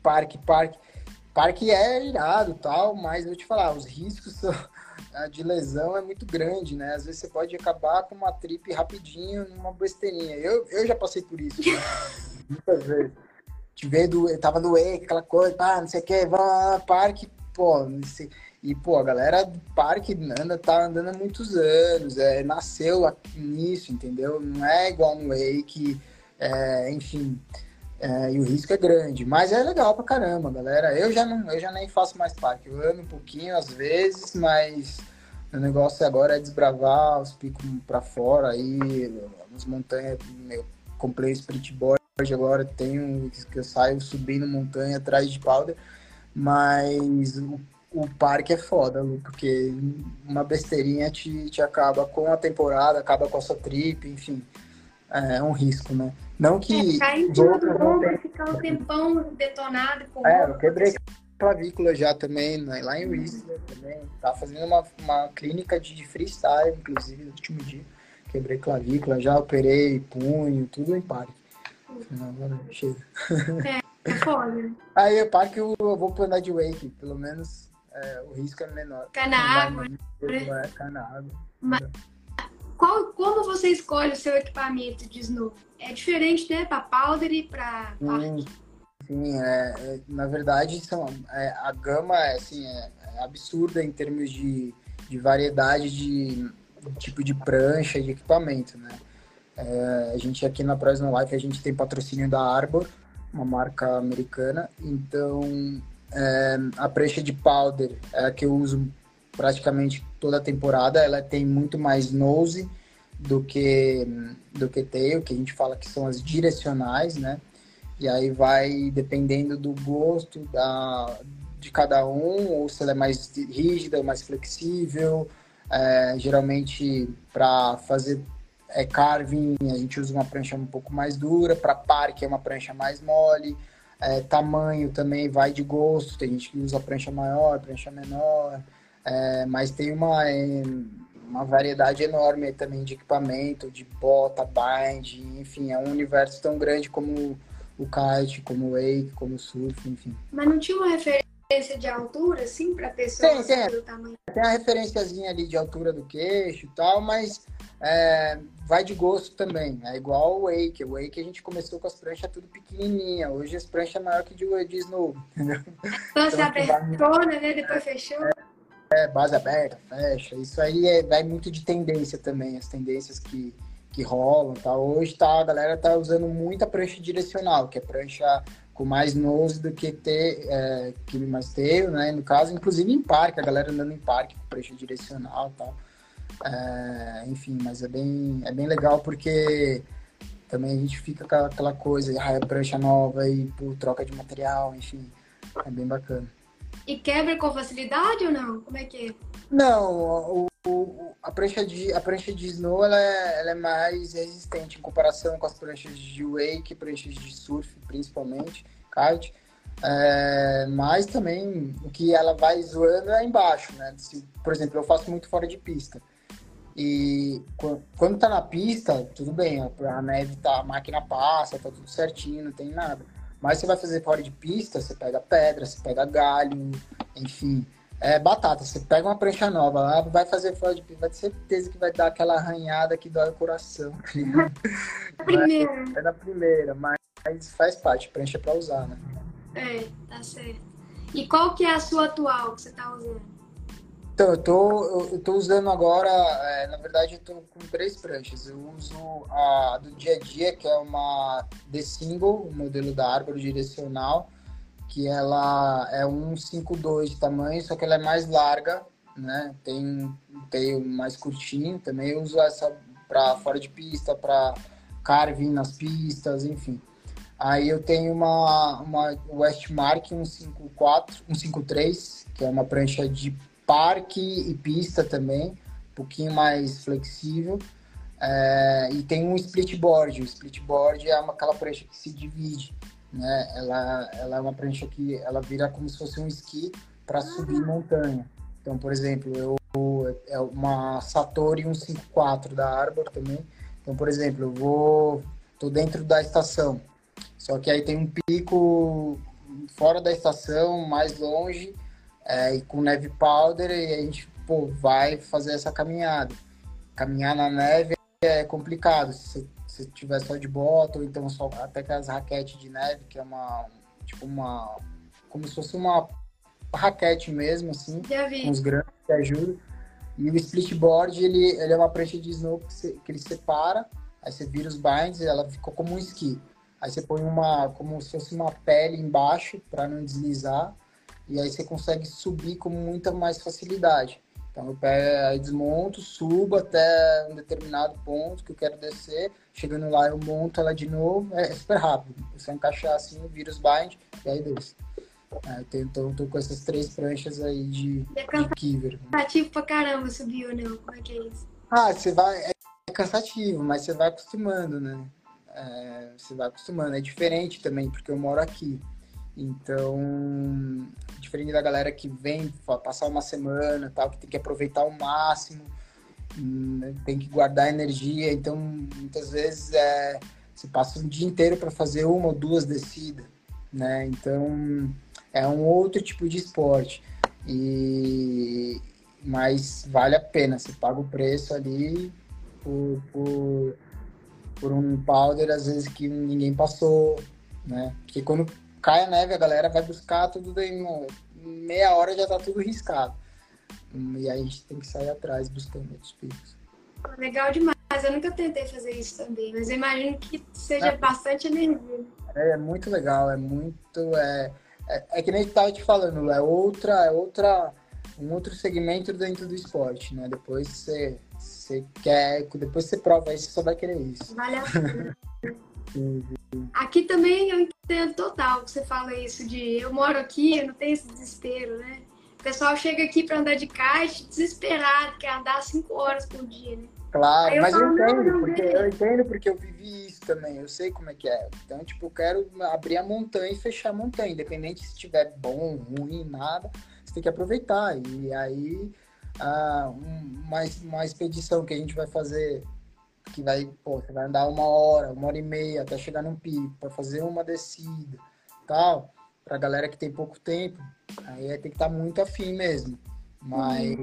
Parque é irado e tal, mas eu vou te falar, os riscos de lesão é muito grande, né? Às vezes você pode acabar com uma trip rapidinho numa besteirinha. Eu já passei por isso, né? Muitas vezes. Eu tava no wake, aquela coisa, não sei o que, parque, pô, a galera do parque tá andando há muitos anos, nasceu lá nisso, entendeu? Não é igual no wake, enfim, e o risco é grande, mas é legal pra caramba, galera. Eu já nem faço mais parque, eu ando um pouquinho às vezes, mas o negócio agora é desbravar os picos pra fora aí, as montanhas, comprei Spirit Board agora, tenho que eu saio subindo montanha atrás de powder, mas o parque é foda, Lu, porque uma besteirinha te acaba com a temporada, acaba com a sua trip, enfim, é um risco, né? Não que cair em cima do ombro, ficar um tempão detonado com eu quebrei clavícula já também, né? Lá em Whistler também, tava fazendo uma clínica de freestyle, inclusive, no último dia, quebrei clavícula, já operei punho, tudo em parque. Não, agora chega. É foda. Aí o parque eu vou pro andar de wake, pelo menos o risco é menor. Cai na água. Cai na água. Mas como você escolhe o seu equipamento de snow? É diferente, né? Pra powder e pra parque. Sim, na verdade a gama assim, é absurda em termos de variedade de tipo de prancha, de equipamento, né? A gente aqui na Pros No Life, a gente tem patrocínio da Arbor, uma marca americana. Então, a prancha de powder é a que eu uso praticamente toda a temporada. Ela tem muito mais nose do que tail, que a gente fala que são as direcionais, né? E aí vai dependendo do gosto de cada um, ou se ela é mais rígida, mais flexível. Geralmente, para fazer carving, a gente usa uma prancha um pouco mais dura, para parque é uma prancha mais mole, tamanho também vai de gosto, tem gente que usa prancha maior, prancha menor, mas tem uma variedade enorme também de equipamento, de bota, bind, enfim, é um universo tão grande como o kite, como o wake, como o surf, enfim. Mas não tinha uma referência de altura, assim, para pessoa tem do tamanho? Tem a referenciazinha ali de altura do queixo e tal, mas vai de gosto também. É igual o wake. O wake a gente começou com as pranchas tudo pequenininha. Hoje as pranchas é maior que de snow, entendeu? Nossa, então, apertou, né? Depois fechou. Base aberta, fecha. Isso aí vai muito de tendência também. As tendências que rolam, tá? Hoje a galera tá usando muita prancha direcional, que é prancha com mais nose do que mais tail, né? No caso, inclusive em parque, a galera andando em parque com prancha direcional e tal. Enfim, mas é bem legal porque também a gente fica com aquela coisa, é prancha nova e troca de material, enfim, é bem bacana. E quebra com facilidade ou não? Como é que é? Não, a prancha de snow ela é mais resistente em comparação com as pranchas de wake, pranchas de surf, principalmente, kite. Mas também o que ela vai zoando é embaixo, né? Por exemplo, eu faço muito fora de pista. E quando tá na pista, tudo bem, a neve tá, a máquina passa, tá tudo certinho, não tem nada. Mas você vai fazer fora de pista, você pega pedra, você pega galho, enfim. É batata, você pega uma prancha nova lá, vai fazer fora de pista, vai ter certeza que vai dar aquela arranhada que dói o coração. Primeiro. É na primeira, mas faz parte, prancha é pra usar, né? É, tá certo. E qual que é a sua atual que você tá usando? Então, eu tô usando agora, na verdade, eu tô com três pranchas. Eu uso a do dia a dia, que é uma The Single, o modelo da Arbor direcional, que ela é 1,52 de tamanho, só que ela é mais larga, né? Tem um tail mais curtinho. Também eu uso essa para fora de pista, para carving nas pistas, enfim. Aí eu tenho uma Westmark 154, 153, que é uma prancha de parque e pista também, um pouquinho mais flexível. E tem um splitboard. O splitboard é aquela prancha que se divide, né? Ela é uma prancha que ela vira como se fosse um esqui para subir montanha. Então, por exemplo, é uma Satori 154 da Arbor também. Então, por exemplo, tô dentro da estação. Só que aí tem um pico fora da estação, mais longe, e com neve powder, e a gente, pô, vai fazer essa caminhada. Caminhar na neve é complicado, se você tiver só de bota, ou então só até com as raquetes de neve, que é como se fosse uma raquete mesmo, assim, Já com vi. os grampos que ajudam. E o splitboard, ele é uma prancha de snow que ele separa, aí você vira os binds e ela ficou como um esqui. Aí você põe como se fosse uma pele embaixo para não deslizar, e aí você consegue subir com muita mais facilidade. Então eu pego, aí desmonto, subo até um determinado ponto que eu quero descer, chegando lá eu monto ela de novo, é super rápido. É só encaixar assim, vira os binds e aí desce. Então eu tô com essas três pranchas aí É de Kiver. cansativo pra caramba subir ou não? Como é que é isso? Você vai. É cansativo, mas você vai acostumando, né? Você vai acostumando. É diferente também, porque eu moro aqui. Então, diferente da galera que vem passar uma semana, tal, que tem que aproveitar ao máximo, tem que guardar energia. Então, muitas vezes você passa um dia inteiro para fazer uma ou duas descidas, né? Então, é um outro tipo de esporte. Mas vale a pena. Você paga o preço ali por um powder, às vezes, que ninguém passou, né? Porque quando cai a neve, a galera vai buscar tudo daí, meia hora já tá tudo riscado. E aí a gente tem que sair atrás buscando outros picos. Legal demais. Eu nunca tentei fazer isso também, mas eu imagino que seja bastante energia. É muito legal, é que nem eu tava te falando, um outro segmento dentro do esporte, né? Depois depois você prova isso, você só vai querer isso. Vale a pena. Aqui também eu entendo total que você fala isso de eu moro aqui, eu não tenho esse desespero, né? O pessoal chega aqui para andar de kite desesperado, quer andar 5 horas por dia, né? Claro, mas falo, eu entendo porque eu vivi isso também, eu sei como é que é. Então, tipo, eu quero abrir a montanha e fechar a montanha, independente se estiver bom, ruim, nada, você tem que aproveitar. E aí, uma expedição que a gente vai fazer, que você vai andar 1 hora e meia até chegar num pico, para fazer uma descida, tal, pra galera que tem pouco tempo, aí tem que estar muito afim mesmo. Mas,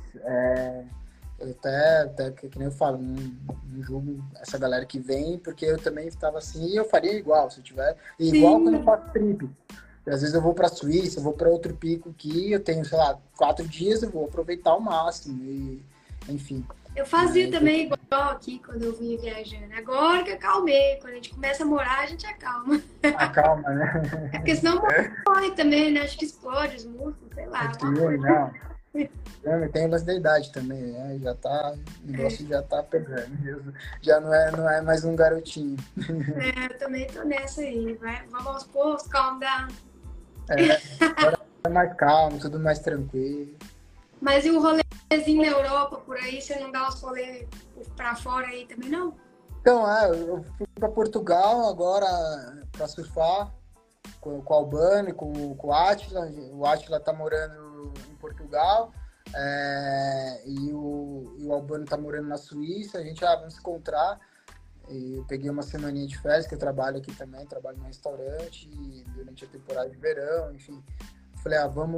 eu até que nem eu falo, não julgo essa galera que vem, porque eu também estava assim, e eu faria igual, se eu tiver. Igual sim. quando eu faço trip. Às vezes eu vou para a Suíça, eu vou para outro pico que eu tenho, sei lá, 4 dias, eu vou aproveitar ao máximo, e enfim. Eu fazia também igual aqui quando eu vinha viajando. Agora que eu acalmei, quando a gente começa a morar, a gente acalma. Acalma, né? É porque senão morre também, né? Acho que explode os músculos, sei lá. Não. Tem lance da idade também, né? O negócio já tá pegando. Já não é mais um garotinho. Eu também tô nessa aí. Vamos aos poucos, calm down. mais calmo, tudo mais tranquilo. Mas e o rolezinho na Europa, por aí, você não dá uns rolê pra fora aí também, não? Então, eu fui para Portugal agora para surfar com o Albano e com o Átila. O Átila tá morando em Portugal, e o Albano tá morando na Suíça. A gente vamos se encontrar. E eu peguei uma semaninha de férias, que eu trabalho aqui também, trabalho no restaurante durante a temporada de verão, enfim. Falei,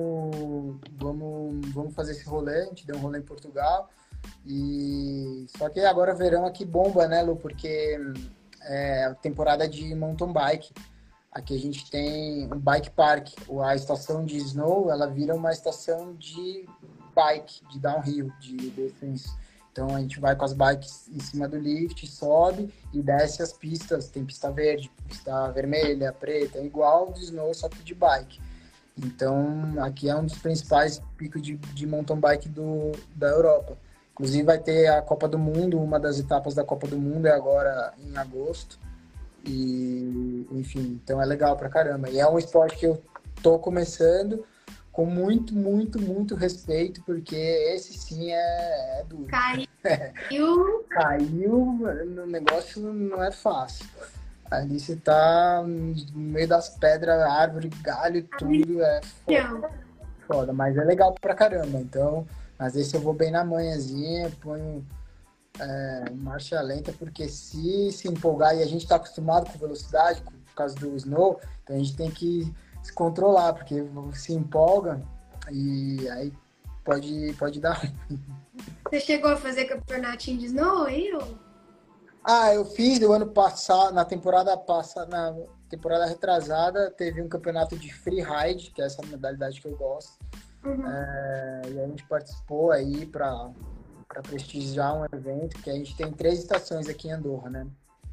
vamos fazer esse rolê. A gente deu um rolê em Portugal. E só que agora verão aqui bomba, né, Lu? Porque é a temporada de mountain bike. Aqui a gente tem um bike park. A estação de snow, ela vira uma estação de bike, de downhill, de descens. Então a gente vai com as bikes em cima do lift, sobe e desce as pistas. Tem pista verde, pista vermelha, preta, igual do snow, só que de bike. Então aqui é um dos principais picos de mountain bike da Europa. Inclusive vai ter a Copa do Mundo, uma das etapas da Copa do Mundo é agora em agosto. E, enfim, então é legal pra caramba. E é um esporte que eu tô começando com muito, muito, muito respeito, porque esse sim é duro. Caiu. Caiu, o negócio não é fácil. Ali você tá no meio das pedras, árvore, galho, tudo é foda, mas é legal pra caramba. Então, às vezes eu vou bem na manhãzinha, ponho marcha lenta, porque se empolgar, e a gente tá acostumado com velocidade, por causa do snow, então a gente tem que se controlar, porque se empolga e aí pode dar ruim. Você chegou a fazer campeonatinho de snow aí? Ou? Eu fiz o ano passado, na temporada retrasada, teve um campeonato de freeride, que é essa modalidade que eu gosto. Uhum. E a gente participou aí para prestigiar um evento, que a gente tem 3 estações aqui em Andorra, né?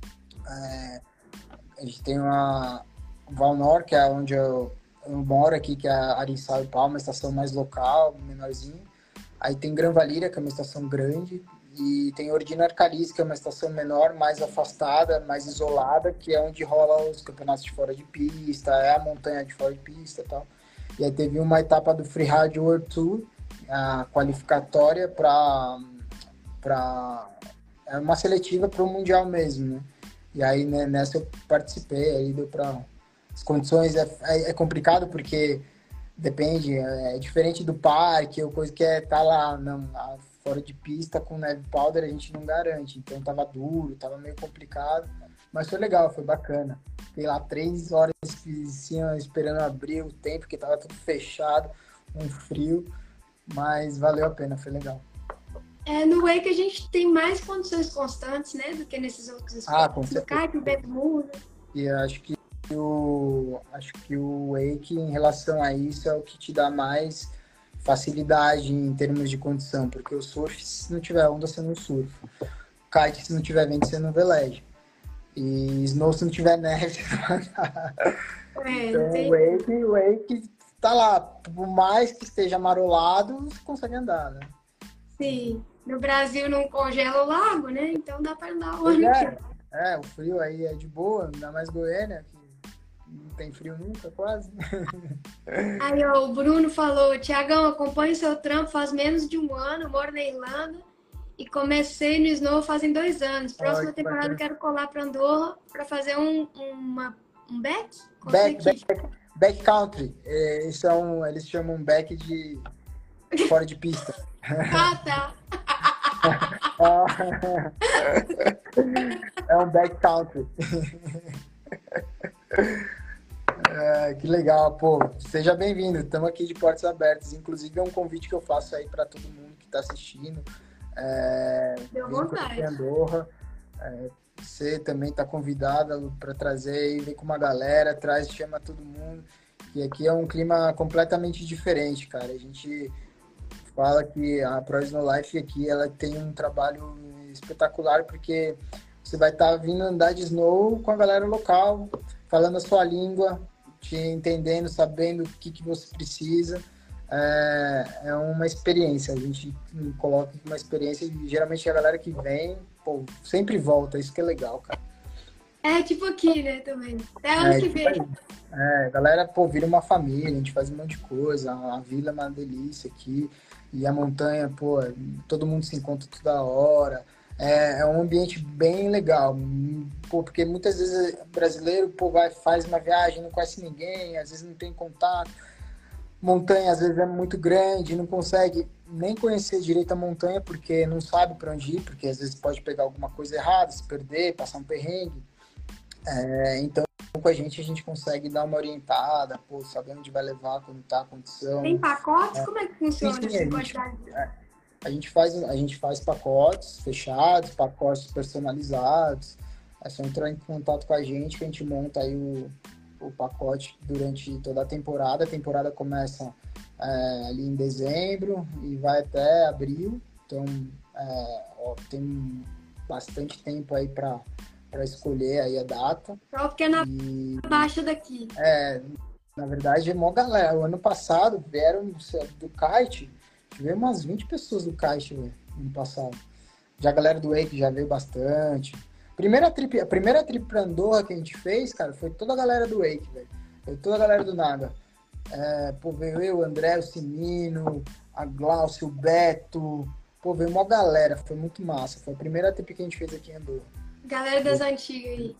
A gente tem uma Valnor, que é onde eu moro aqui, que é a Ariçal e Palma, uma estação mais local, menorzinha. Aí tem Gran Valira, que é uma estação grande, e tem Ordina Arcalis, que é uma estação menor, mais afastada, mais isolada, que é onde rola os campeonatos de fora de pista, é a montanha de fora de pista e tal. E aí teve uma etapa do Freeride World Tour, a qualificatória para é uma seletiva para o Mundial mesmo, né? E aí, né, nessa eu participei, aí deu para... As condições é complicado, porque depende, é diferente do parque, ou coisa que tá lá, fora de pista com neve powder, a gente não garante. Então tava duro, tava meio complicado, mas foi legal, foi bacana. Fiquei lá 3 horas esperando abrir o tempo, porque tava tudo fechado, um frio, mas valeu a pena, foi legal. No Wake a gente tem mais condições constantes, né, do que nesses outros esportes. Com certeza. No kart, o vento muda. E acho que o Wake, em relação a isso, é o que te dá mais facilidade em termos de condição, porque o surf, se não tiver onda, você não surfa. Kite, se não tiver vento, você não veleja. E snow, se não tiver neve, você não anda. Então, o Wake tá lá. Por mais que esteja marolado, você consegue andar, né? Sim. No Brasil não congela o lago, né? Então dá para andar o ano inteiro. O frio aí é de boa, ainda mais Goiânia, que não tem frio nunca, quase. Aí, ó, o Bruno falou, Tiagão, acompanho seu trampo faz menos de 1 ano, moro na Irlanda e comecei no Snow fazem 2 anos. Próxima temporada eu quero colar para Andorra para fazer um back? Back country. Eles chamam back de fora de pista. Tá. É um back country. Que legal, pô. Seja bem-vindo. Estamos aqui de portas abertas. Inclusive, é um convite que eu faço aí para todo mundo que está assistindo. Deu vontade. Andorra. Você também está convidada para trazer e vir com uma galera, chama todo mundo. E aqui é um clima completamente diferente, cara. A gente fala que a Pro Snow Life aqui, ela tem um trabalho espetacular, porque você vai estar vindo andar de snow com a galera local, falando a sua língua, te entendendo, sabendo o que você precisa. É uma experiência, a gente coloca uma experiência e geralmente a galera que vem, sempre volta, isso que é legal, cara. É tipo aqui, né, também. Até ano É, que tipo vem. aí. É, a galera, pô, vira uma família, a gente faz um monte de coisa, a vila é uma delícia aqui, e a montanha, pô, todo mundo se encontra toda hora. É um ambiente bem legal, pô, porque muitas vezes o brasileiro, pô, vai, faz uma viagem, não conhece ninguém, às vezes não tem contato. Montanha às vezes é muito grande, não consegue nem conhecer direito a montanha porque não sabe para onde ir, porque às vezes pode pegar alguma coisa errada, se perder, passar um perrengue. Então, com a gente consegue dar uma orientada, pô, saber onde vai levar, quando tá a Tem condição. pacotes? Como é que Sim, funciona sim, assim, quantidade de dias? a gente faz pacotes fechados, pacotes personalizados. É só entrar em contato com a gente que a gente monta aí o pacote durante toda a temporada. A temporada começa ali em dezembro e vai até abril. Então, ó, tem bastante tempo aí para escolher aí a data. Só porque é na E, baixa daqui. na verdade, é mó galera. O ano passado vieram do kite, tivemos umas 20 pessoas do kite, velho, ano passado. Já a galera do Wake já veio bastante. A primeira trip pra Andorra que a gente fez, cara, foi toda a galera do Wake, velho. Foi toda a galera do Nada. Pô, veio eu, o André, o Simino, a Glaucio, o Beto. Pô, veio uma galera, foi muito massa. Foi a primeira trip que a gente fez aqui em Andorra. Galera das antigas aí.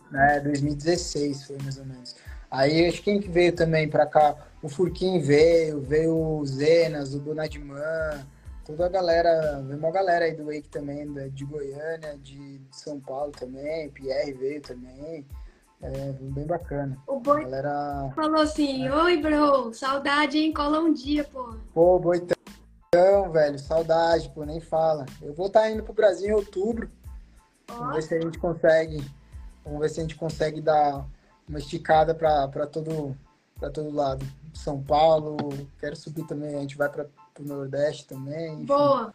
2016 foi mais ou menos. Aí acho que quem que veio também pra cá? O Furquim veio o Zenas, o Bonadimã, toda a galera, veio uma galera aí do Wake também, de Goiânia, de São Paulo também, Pierre veio também, bem bacana. O A Boi galera, falou assim: Oi, bro, saudade, hein? Cola um dia, pô. pô, Boitão, velho, saudade, pô, nem fala. Eu vou estar indo pro Brasil em outubro, vamos Ó, ver se a gente consegue. Vamos ver se a gente consegue dar uma esticada para todo lado. São Paulo, quero subir também, a gente vai para o Nordeste também, enfim. boa.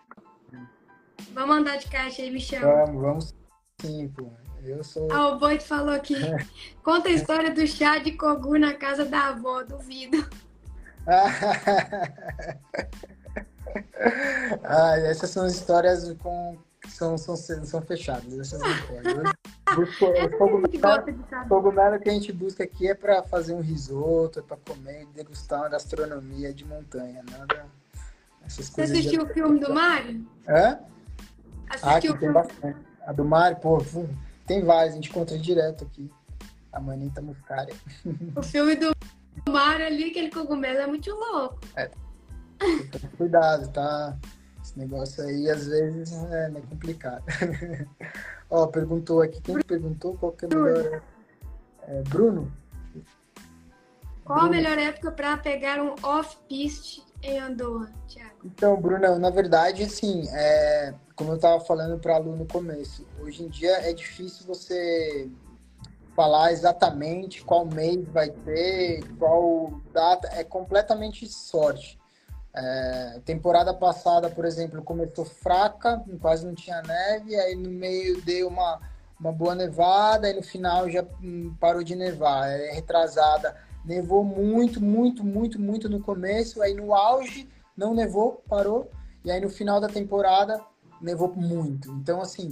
Vamos andar de caixa aí, me chama. Vamos sim, pô. Eu sou. Ah, o Boi falou aqui. Conta a história do chá de cogu na casa da avó, duvido. Essas são as histórias são fechadas, essas não podem. Essa que a gente gosta de O saber. cogumelo que a gente busca aqui é para fazer um risoto, é para comer, degustar uma gastronomia de montanha, nada essas Você coisas de... assistiu o filme do Mario? Hã? Assistiu Aqui o tem filme. bastante. A do Mário, pô, tem várias, a gente encontra direto aqui. A Manita Muscari. O filme do Mario ali, aquele cogumelo é muito louco. Cuidado, tá? Esse negócio aí, às vezes, é complicado. Ó, perguntou aqui, quem perguntou qual que é o melhor? Bruno? Qual a Bruno. melhor época para pegar um off-piste em Andorra, Thiago? Então, Bruno, na verdade, assim, como eu estava falando para a Lu no começo, hoje em dia é difícil você falar exatamente qual mês vai ter, qual data, é completamente sorte. Temporada passada, por exemplo, começou fraca, quase não tinha neve, aí no meio deu uma boa nevada, e no final já parou de nevar. Retrasada, nevou muito, muito, muito, muito no começo, aí no auge não nevou, parou, e aí no final da temporada nevou muito. Então, assim,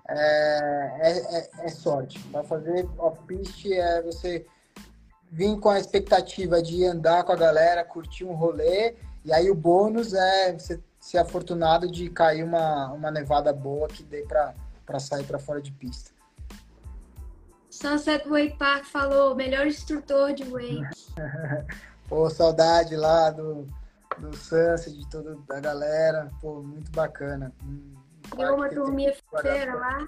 é sorte. Para fazer off-piste é você vir com a expectativa de andar com a galera, curtir um rolê, e aí o bônus é você ser afortunado de cair uma nevada boa que dê para sair para fora de pista. Sunset Wake Park falou, melhor instrutor de wake. Pô, saudade lá do Sunset, de toda a galera, pô, muito bacana. Deu uma turminha feira lá.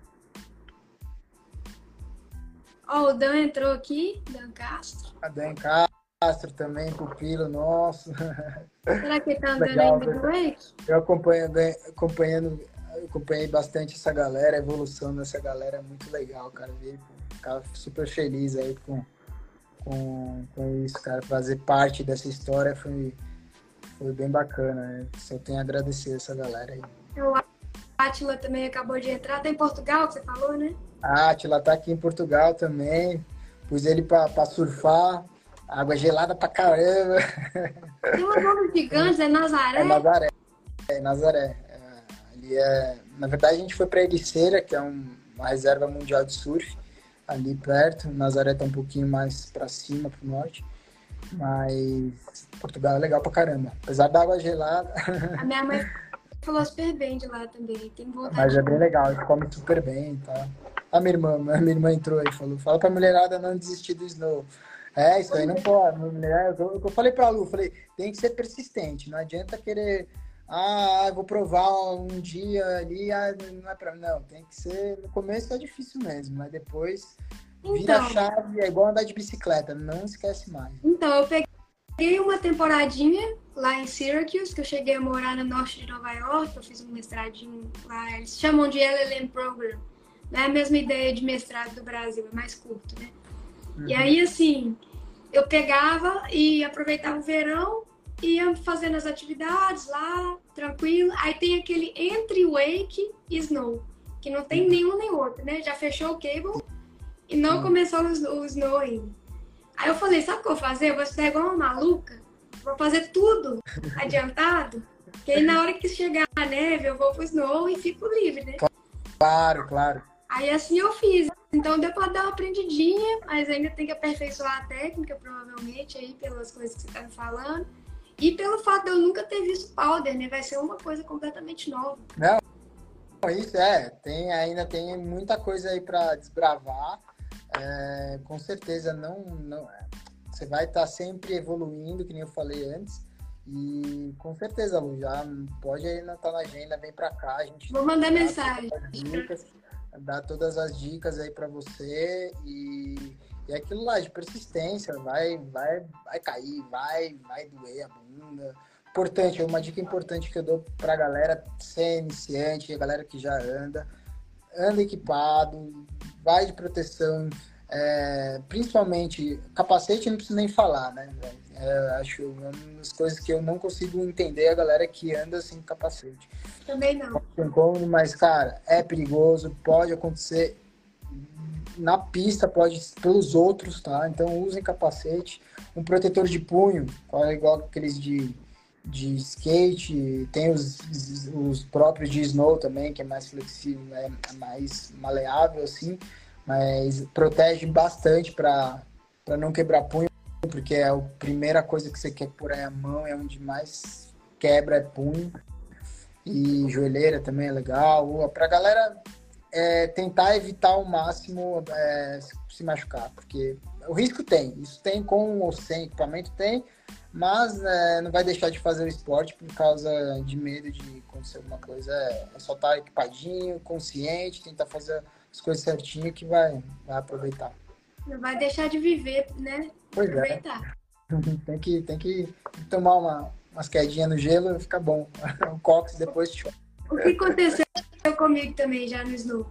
Ó, o Dan entrou aqui, Dan Castro. A Dan Castro também, pupilo nosso. Será que ele tá andando Legal, ainda do wake? Eu acompanhei bastante essa galera, a evolução dessa galera é muito legal, cara. Ficar super feliz aí com isso, cara. Fazer parte dessa história foi bem bacana, né? Só tenho a agradecer essa galera aí. O Átila também acabou de entrar. Tá em Portugal, que você falou, né? A Atila tá aqui em Portugal também. Pus ele pra surfar. Água gelada pra caramba. Tem umas ondas gigantes, é Nazaré? É Nazaré. Nazaré. Na verdade, a gente foi pra Ericeira, que é uma reserva mundial de surf. ali perto. Nazaré tá um pouquinho mais para cima, pro norte. Mas Portugal é legal pra caramba. Apesar da água gelada, A minha mãe falou super bem de lá também. Tem mas vontade é de bem ir. legal. A gente come super bem, tá? A minha irmã entrou aí e falou: fala pra mulherada não desistir do snow. É, isso aí não pode. Mulher, eu falei pra Lu, falei, tem que ser persistente. Não adianta querer, eu vou provar um dia ali, não é pra mim. Não, tem que ser. No começo é difícil mesmo, mas depois vira a Então, chave, é igual andar de bicicleta, não esquece mais. eu peguei uma temporadinha lá em Syracuse, que eu cheguei a morar no norte de Nova York, eu fiz um mestradinho lá, eles chamam de LLM Program. Não é a mesma ideia de mestrado do Brasil, é mais curto, né? E Uhum. aí, assim, eu pegava e aproveitava o verão, ia fazendo as atividades lá, tranquilo. Aí tem aquele entre wake e snow, que não tem nenhum nem outro, né? Já fechou o cable e não Sim. começou o snow ainda. Aí eu falei, sabe o que eu vou fazer? Eu vou estudar igual uma maluca, vou fazer tudo adiantado, que aí na hora que chegar a neve eu vou pro snow e fico livre, né? Claro, claro. Aí assim eu fiz. Então deu pra dar uma aprendidinha, mas ainda tem que aperfeiçoar a técnica, provavelmente, aí pelas coisas que você tá me falando. E pelo fato de eu nunca ter visto powder, né? Vai ser uma coisa completamente nova. Não, isso ainda tem muita coisa aí para desbravar. Com certeza não, você vai estar sempre evoluindo, que nem eu falei antes. E com certeza, Lu, já pode aí não estar na agenda, vem para cá, a gente Vou mandar dá mensagem. todas as dicas, dá todas as dicas aí para você e é aquilo lá de persistência, vai cair, vai doer a bunda. Importante, uma dica importante que eu dou para a galera ser iniciante, a galera que já anda equipado, vai de proteção, principalmente capacete, não preciso nem falar, né? Acho uma das coisas que eu não consigo entender a galera que anda sem capacete. Também não. Tem como, mas, cara, é perigoso, pode acontecer na pista, pode pelos outros, tá? Então usem capacete, um protetor de punho, igual aqueles de skate, tem os próprios de snow também, que é mais flexível, é mais maleável, assim, mas protege bastante para não quebrar punho, porque é a primeira coisa que você quer pôr aí a mão, é onde mais quebra é punho, e joelheira também é legal, pra galera tentar evitar ao máximo se machucar, porque o risco tem, isso tem com ou sem equipamento, tem, mas não vai deixar de fazer o esporte por causa de medo de acontecer alguma coisa. É só estar equipadinho, consciente, tentar fazer as coisas certinho que vai aproveitar. Não vai deixar de viver, né? Pois é, Aproveitar. tem que tomar umas quedinhas no gelo e fica bom. O cox depois chora. O que aconteceu comigo também já no Snow?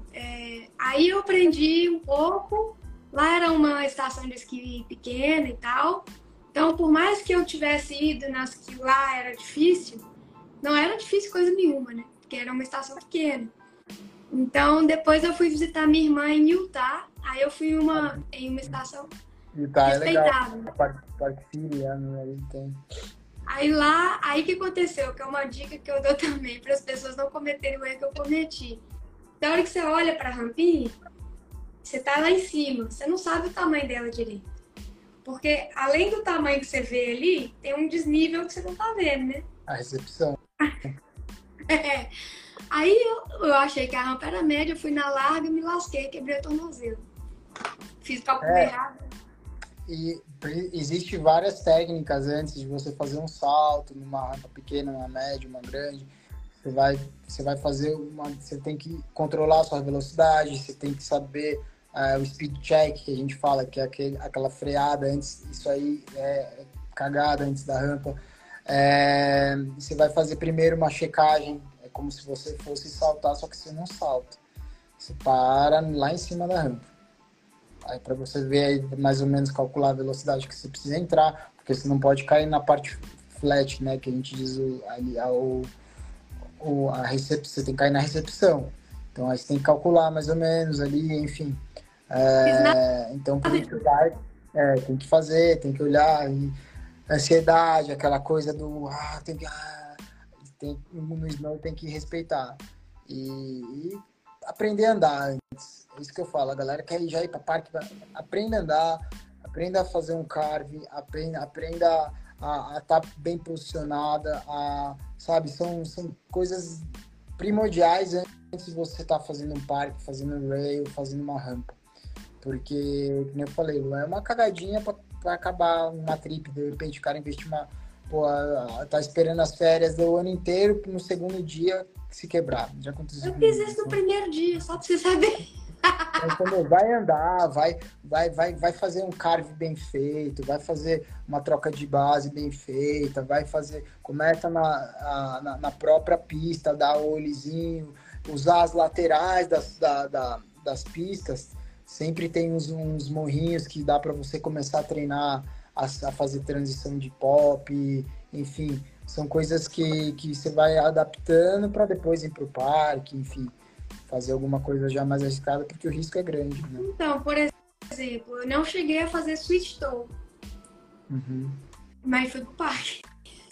Aí eu aprendi um pouco. Lá era uma estação de esqui pequena e tal. Então, por mais que eu tivesse ido nas que lá era difícil, não era difícil coisa nenhuma, né? Porque era uma estação pequena. Então, depois eu fui visitar minha irmã em Utah. Aí eu fui em uma estação E tá, é legal. respeitável. A parte siriana aí tem. Aí lá, aí que aconteceu, que é uma dica que eu dou também para as pessoas não cometerem o erro que eu cometi. Na hora que você olha para a rampinha, você tá lá em cima, você não sabe o tamanho dela direito. Porque além do tamanho que você vê ali, tem um desnível que você não tá vendo, né? A recepção. Aí eu achei que a rampa era média, eu fui na larga, me lasquei, quebrei o tornozelo. Fiz cálculo errado. E existe várias técnicas antes de você fazer um salto numa rampa pequena, uma média, uma grande. Você vai fazer você tem que controlar a sua velocidade, você tem que saber o speed check que a gente fala, que é aquela freada antes, isso aí é cagada antes da rampa. Você vai fazer primeiro uma checagem, é como se você fosse saltar, só que você não salta. Você para lá em cima da rampa. Aí para você ver aí, mais ou menos calcular a velocidade que você precisa entrar, porque você não pode cair na parte flat, né, que a gente diz ali, a recepção, você tem que cair na recepção. Então aí você tem que calcular mais ou menos ali, enfim. Então por isso tem que fazer, tem que olhar, e ansiedade, aquela coisa do no snow tem que respeitar. E aprender a andar antes. É isso que eu falo. A galera quer já ir para parque, aprenda a andar, aprenda a fazer um carve, aprenda a estar bem posicionada, sabe? São coisas primordiais antes de você estar fazendo um parque, fazendo um rail, fazendo uma rampa. Porque, como eu falei, é uma cagadinha para acabar uma trip. De repente o cara investir pô, tá esperando as férias do ano inteiro, no segundo dia se quebrar. Já aconteceu. Eu fiz isso no primeiro dia, só pra você saber. Então, vai andar, vai fazer um carve bem feito, vai fazer uma troca de base bem feita, começa na própria pista, dar o olhezinho, usar as laterais das pistas. Sempre tem uns morrinhos que dá para você começar a treinar, a fazer transição de pop, enfim, são coisas que você vai adaptando para depois ir pro parque, enfim, fazer alguma coisa já mais arriscada, porque o risco é grande, né? Então, por exemplo, eu não cheguei a fazer switch toe, mas fui pro parque.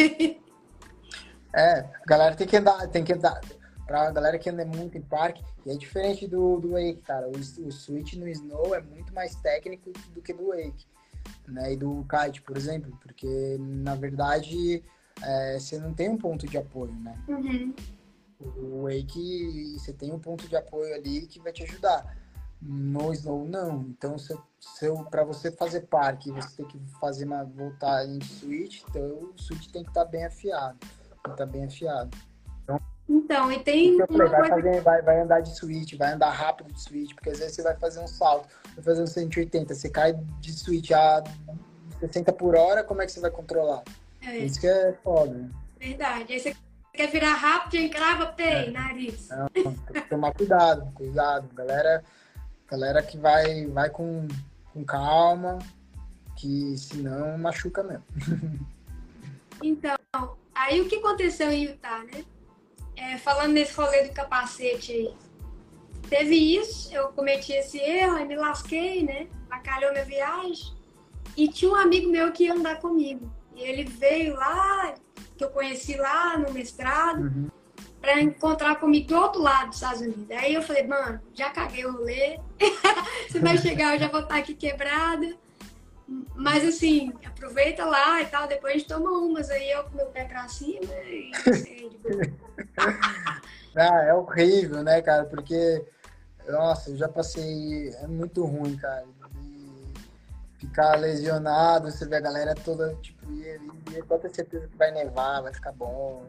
A galera tem que andar. Pra galera que anda muito em parque, e é diferente do wake, cara. O switch no snow é muito mais técnico do que do wake, né? E do kite, por exemplo, porque, na verdade, você não tem um ponto de apoio, né? O wake, você tem um ponto de apoio ali que vai te ajudar. No snow, não. Então, para você fazer parque, você tem que fazer voltar em switch, então o switch tem que estar bem afiado. Então, e tem uma coisa... vai andar de switch, vai andar rápido de switch, porque às vezes você vai fazer um salto, vai fazer um 180, você cai de switch a 60 por hora, como é que você vai controlar? Isso que é foda, né? Verdade. Aí você quer virar rápido, encrava, nariz. Não, tem que tomar cuidado. Galera que vai com calma, que senão machuca mesmo. Então, aí o que aconteceu em Utah, né? Falando nesse rolê do capacete aí, teve isso, eu cometi esse erro, aí me lasquei, né? Bacalhou minha viagem. E tinha um amigo meu que ia andar comigo. E ele veio lá, que eu conheci lá no mestrado, pra encontrar comigo do outro lado dos Estados Unidos. Aí eu falei, mano, já caguei o rolê. Você vai chegar, eu já vou estar aqui quebrada. Mas assim, aproveita lá e tal, depois a gente toma umas, aí eu com meu pé pra cima e sei de boa. É horrível, né, cara? Porque, nossa, eu já passei, é muito ruim, cara. E ficar lesionado, você vê a galera toda, tipo, e pode ter certeza que vai nevar, vai ficar bom.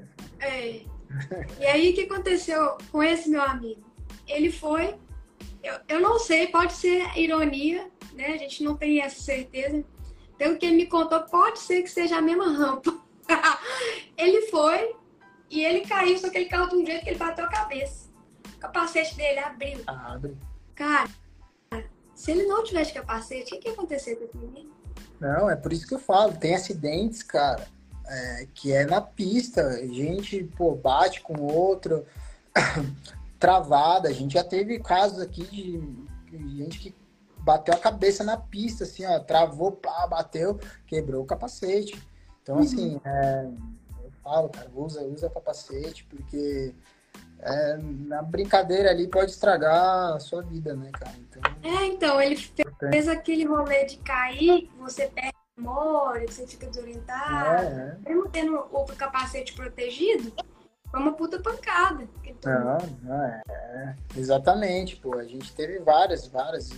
E aí, o que aconteceu com esse meu amigo? Ele foi, eu não sei, pode ser ironia, né? A gente não tem essa certeza. Pelo que ele me contou, pode ser que seja a mesma rampa. Ele foi e ele caiu, só que ele caiu de um jeito que ele bateu a cabeça. O capacete dele abriu. Abre. Cara, se ele não tivesse capacete, o que ia acontecer com esse menino? Não, é por isso que eu falo, tem acidentes, cara, que é na pista. Gente, pô, bate com outro, travada. A gente já teve casos aqui de gente que bateu a cabeça na pista, assim, ó, travou, pá, bateu, quebrou o capacete. Então, assim, eu falo, cara, usa capacete, porque na brincadeira ali pode estragar a sua vida, né, cara? Então ele fez aquele rolê de cair, você perde a memória, você fica desorientado. Mesmo tendo o capacete protegido, foi uma puta pancada. Exatamente, pô, a gente teve várias,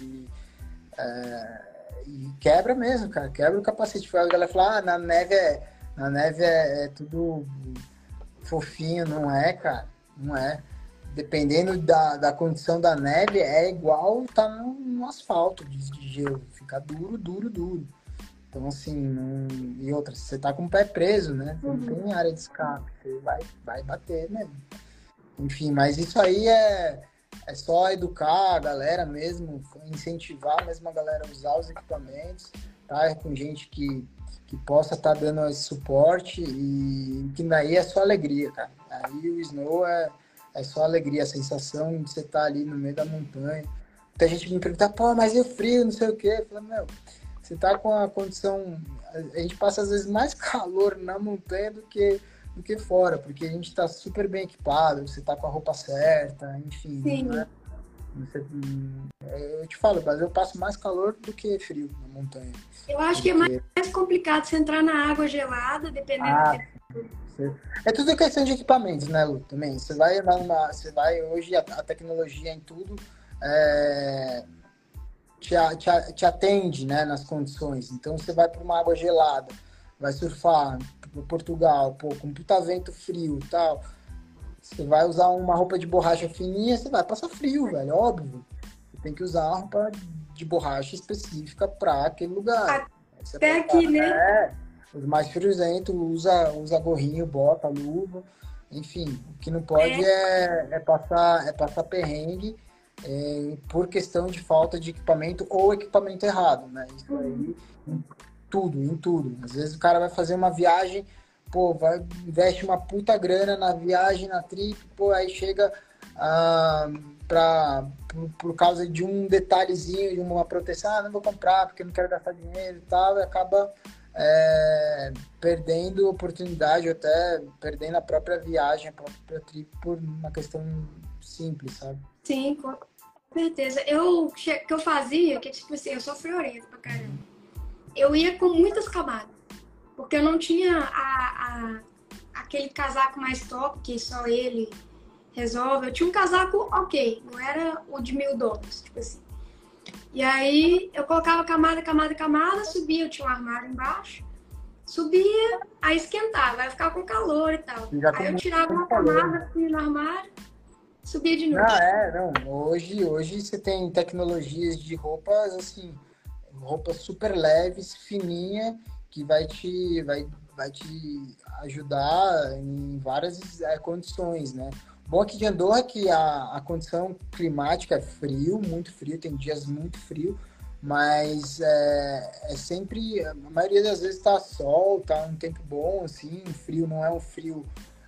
e quebra mesmo, cara, quebra o capacete. A galera fala, na neve é tudo fofinho, não é, cara, não é. Dependendo da condição da neve, é igual tá no asfalto de gelo, fica duro. Então, assim, e outra, você tá com o pé preso, né? Você não tem área de escape, você vai bater mesmo. Enfim, mas isso aí é só educar a galera mesmo, incentivar mesmo a galera a usar os equipamentos, tá? Com gente que possa estar dando esse suporte e que daí é só alegria, cara. Aí o snow é só alegria, a sensação de você estar ali no meio da montanha. Muita gente me pergunta, pô, mas e o frio, não sei o quê. Eu falo, meu, você tá com a condição... A gente passa, às vezes, mais calor na montanha do que fora, porque a gente tá super bem equipado, você tá com a roupa certa, enfim. Sim. Né? Eu te falo, mas eu passo mais calor do que frio na montanha. Eu acho que é Porque, mais complicado você entrar na água gelada, dependendo da ah, temperatura. é tudo questão de equipamentos, né, Lu? Também. Você vai hoje, a tecnologia em tudo é, te atende, né, nas condições. Então você vai para uma água gelada, vai surfar para Portugal, pô, com puta vento frio e tal. Você vai usar uma roupa de borracha fininha, você vai passar frio, velho, óbvio. Você tem que usar uma roupa de borracha específica para aquele lugar. Aí você Até aqui, né? os mais friozentos usa gorrinho, bota, luva, enfim. O que não pode É, é passar perrengue por questão de falta de equipamento ou equipamento errado, né? Isso uhum. aí em tudo. Às vezes o cara vai fazer uma viagem, pô, investe uma puta grana na viagem, na trip, pô, aí chega ah, por causa de um detalhezinho, de uma proteção, não vou comprar porque não quero gastar dinheiro e tal, e acaba perdendo oportunidade, ou até perdendo a própria viagem, a própria trip por uma questão simples, sabe? Sim, com certeza. O que eu fazia, que tipo assim, eu sou friorenta pra caramba. Eu ia com muitas camadas, porque eu não tinha aquele casaco mais top, que só ele resolve. Eu tinha um casaco ok, não era o de $1.000, tipo assim. E aí eu colocava camada, camada, camada, subia, eu tinha um armário embaixo, subia, aí esquentava, aí eu ficava com calor e tal. E já com Aí eu tirava muito uma calor, né? camada, punha no armário, subia de Não, novo. não. Hoje você tem tecnologias de roupas, assim, roupas super leves, fininha, que vai te ajudar em várias condições, né? Bom aqui de Andorra é que a condição climática é frio, muito frio, tem dias muito frio, mas é sempre, a maioria das vezes tá sol, tá um tempo bom, assim, frio não é um frio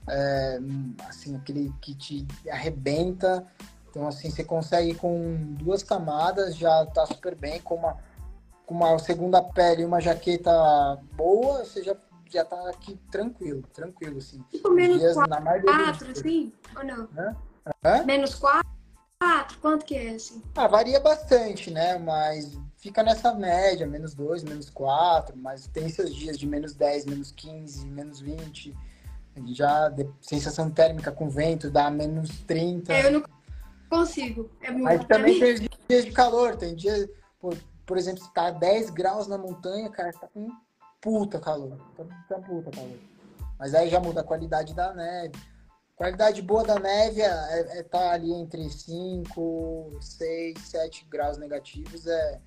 assim, aquele que te arrebenta. Então, assim, você consegue com duas camadas já tá super bem, com uma segunda pele e uma jaqueta boa, você já tá aqui tranquilo, tranquilo, assim. Tipo Os menos dias, na maioria dos 4, dias, assim, ou não? né? Hã? Menos 4, quanto que é, assim? Ah, varia bastante, né? Mas fica nessa média, -2, -4, mas tem seus dias de -10, -15, -20. Já sensação térmica com vento dá -30. Eu não consigo, é Mas muito pra também mim. tem os dias de calor. Tem dias, por exemplo, se tá 10 graus na montanha, cara, tá com puta calor. Tá puta calor. Mas aí já muda a qualidade da neve. Qualidade boa da neve tá ali entre 5 6 7 graus negativos.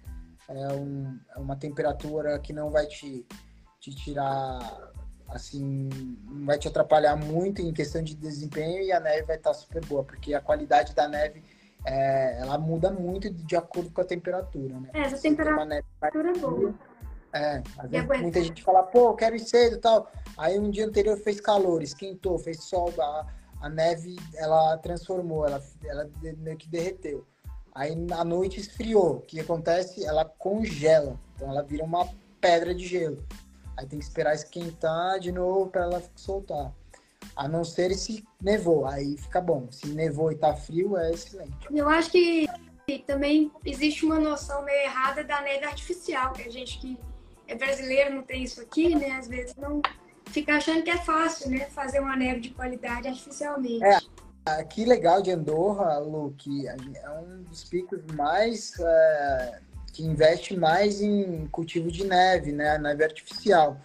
É uma temperatura que não vai te tirar, assim, não vai te atrapalhar muito em questão de desempenho, e a neve vai estar super boa, porque a qualidade da neve ela muda muito de acordo com a temperatura, né? Essa Você tem uma neve mais temperatura é boa. fria, às E vezes aguenta. muita gente fala, pô, eu quero ir cedo e tal. Aí um dia anterior fez calor, esquentou, fez sol, a neve ela transformou, ela meio que derreteu. Aí à noite esfriou. O que acontece? Ela congela, então ela vira uma pedra de gelo. Aí tem que esperar esquentar de novo para ela soltar. A não ser se nevou, aí fica bom. Se nevou e tá frio, é excelente. Eu acho que também existe uma noção meio errada da neve artificial, que a gente que é brasileiro não tem isso aqui, né? Às vezes não fica achando que é fácil, né? Fazer uma neve de qualidade artificialmente. Aqui legal de Andorra, Lu, que é um dos picos mais que investe mais em cultivo de neve, né? Neve artificial.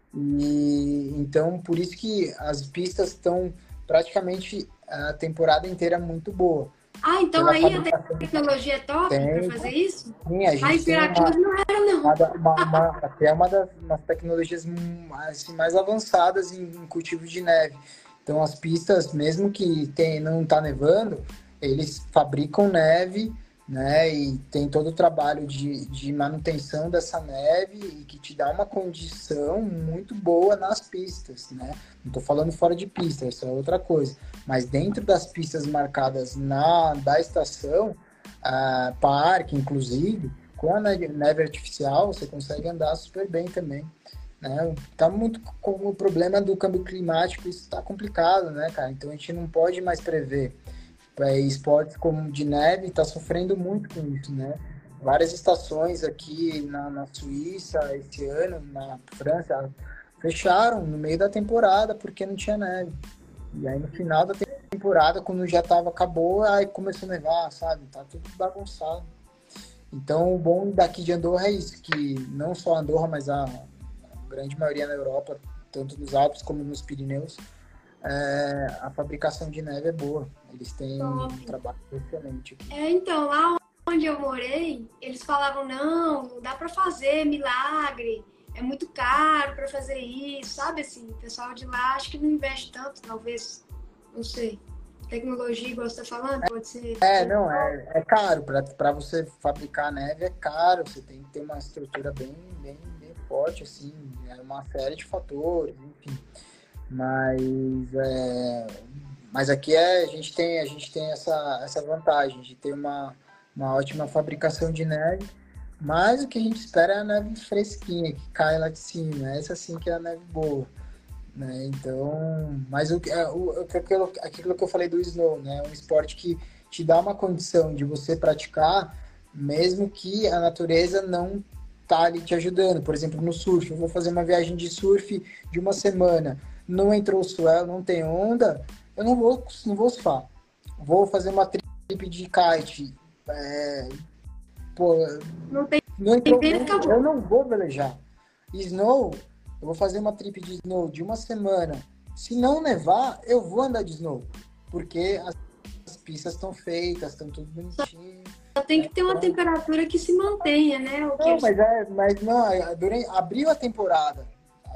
E então por isso que as pistas estão praticamente a temporada inteira muito boa. Ah, então Pela aí a fabricação do tecnologia é top para fazer isso? Sim, a A gente tem Imperatriz não era, não. até uma das umas tecnologias assim, mais avançadas em cultivo de neve. Então, as pistas, mesmo que não está nevando, eles fabricam neve, né? E tem todo o trabalho de manutenção dessa neve e que te dá uma condição muito boa nas pistas, né? Não estou falando fora de pista, isso é outra coisa. Mas dentro das pistas marcadas da estação, parque, inclusive, com a neve artificial, você consegue andar super bem também, né? Tá muito com o problema do câmbio climático, isso está complicado, né, cara? Então a gente não pode mais prever. esportes como de neve está sofrendo muito com isso, né? Várias estações aqui na Suíça esse ano, na França, fecharam no meio da temporada porque não tinha neve. E aí no final da temporada, quando já acabou, aí começou a nevar, sabe? Tá tudo bagunçado. Então o bom daqui de Andorra é isso, que não só Andorra, mas a grande maioria na Europa, tanto nos Alpes como nos Pirineus, a fabricação de neve é boa. Eles têm um trabalho excelente aqui. Então, lá onde eu morei, eles falavam, não dá para fazer milagre, é muito caro para fazer isso, sabe assim? O pessoal de lá acho que não investe tanto, talvez, não sei. Tecnologia, igual você está falando, pode ser... Não, é caro. Para você fabricar neve é caro, você tem que ter uma estrutura bem forte, assim, é uma série de fatores, enfim. Mas aqui a gente tem essa vantagem de ter uma ótima fabricação de neve, mas o que a gente espera é a neve fresquinha, que cai lá de cima, essa sim que é a neve boa, né? Então, mas aquilo que eu falei do snow, né? Um esporte que te dá uma condição de você praticar, mesmo que a natureza não tá ali te ajudando. Por exemplo, no surf, eu vou fazer uma viagem de surf de uma semana, não entrou swell, não tem onda, eu não vou surfar. Vou fazer uma trip de kite, não entrou vento, eu não vou velejar. Snow, eu vou fazer uma trip de snow de uma semana. Se não nevar, eu vou andar de snow, porque as pistas estão feitas, estão tudo bonitinho. Só tem que ter uma temperatura que se mantenha, né? Mas não, abriu a temporada,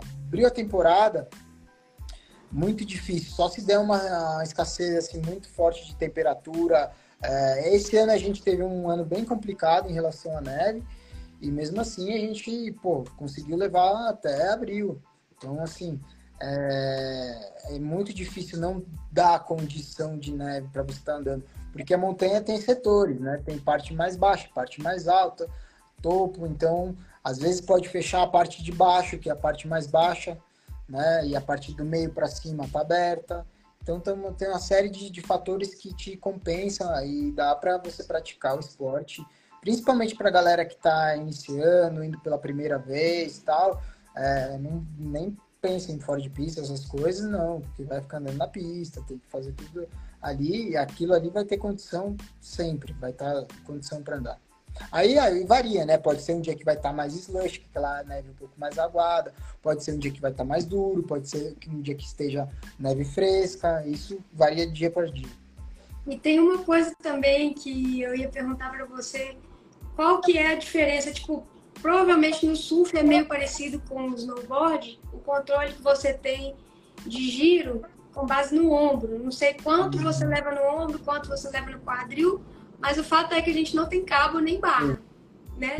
muito difícil, só se der uma escassez assim, muito forte de temperatura. Esse ano a gente teve um ano bem complicado em relação à neve, e mesmo assim a gente conseguiu levar até abril. Então, assim, é muito difícil não dar condição de neve para você estar andando, porque a montanha tem setores, né? Tem parte mais baixa, parte mais alta, topo, então às vezes pode fechar a parte de baixo, que é a parte mais baixa, né? E a parte do meio para cima está aberta. Então tem uma série de fatores que te compensam e dá para você praticar o esporte, principalmente para a galera que está iniciando, indo pela primeira vez e tal. Nem pensa em fora de pista, essas coisas, não, porque vai ficar andando na pista, tem que fazer tudo ali, e aquilo ali vai ter condição sempre, vai estar condição para andar. Aí varia, né? Pode ser um dia que vai estar mais slush, aquela neve um pouco mais aguada, pode ser um dia que vai estar mais duro, pode ser um dia que esteja neve fresca, isso varia dia para dia. E tem uma coisa também que eu ia perguntar para você, qual que é a diferença, tipo, provavelmente no surf é meio parecido com o snowboard, o controle que você tem de giro com base no ombro. Não sei quanto você leva no ombro, quanto você leva no quadril, mas o fato é que a gente não tem cabo nem barra, né?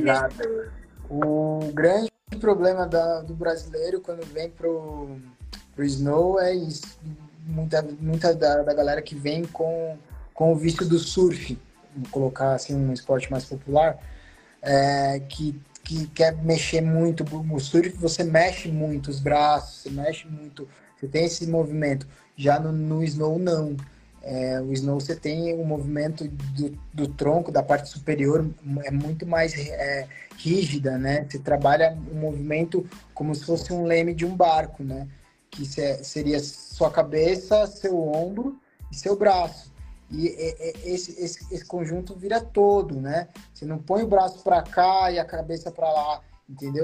O grande problema do brasileiro quando vem pro snow é isso. Muita da galera que vem com o vício do surf, vou colocar assim um esporte mais popular, que quer mexer muito. O surf você mexe muito os braços, você mexe muito, você tem esse movimento. Já no snow não. O snow você tem o movimento do tronco, da parte superior, é muito mais rígida, né? Você trabalha o movimento como se fosse um leme de um barco, né? Que seria sua cabeça, seu ombro e seu braço. E esse conjunto vira todo, né? Você não põe o braço para cá e a cabeça para lá, entendeu?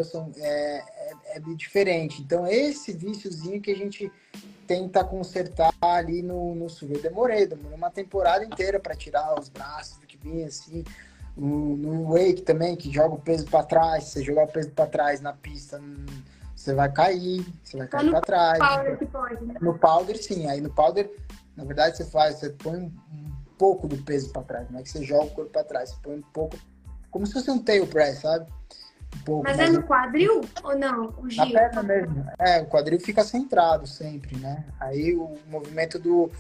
É diferente. Então, esse viciozinho que a gente tenta consertar ali no surf. Eu demorei uma temporada inteira para tirar os braços do que vinha assim. No wake também, que joga o peso para trás. Se você jogar o peso para trás na pista, você vai cair para trás. Powder que pode, né? No powder, sim. Aí no powder, na verdade, você põe um pouco do peso para trás. Não é que você joga o corpo para trás, você põe um pouco, como se fosse um tail press, sabe? Mas é no quadril ou não? O giro? Na perna mesmo. O quadril fica centrado sempre, né? Aí o movimento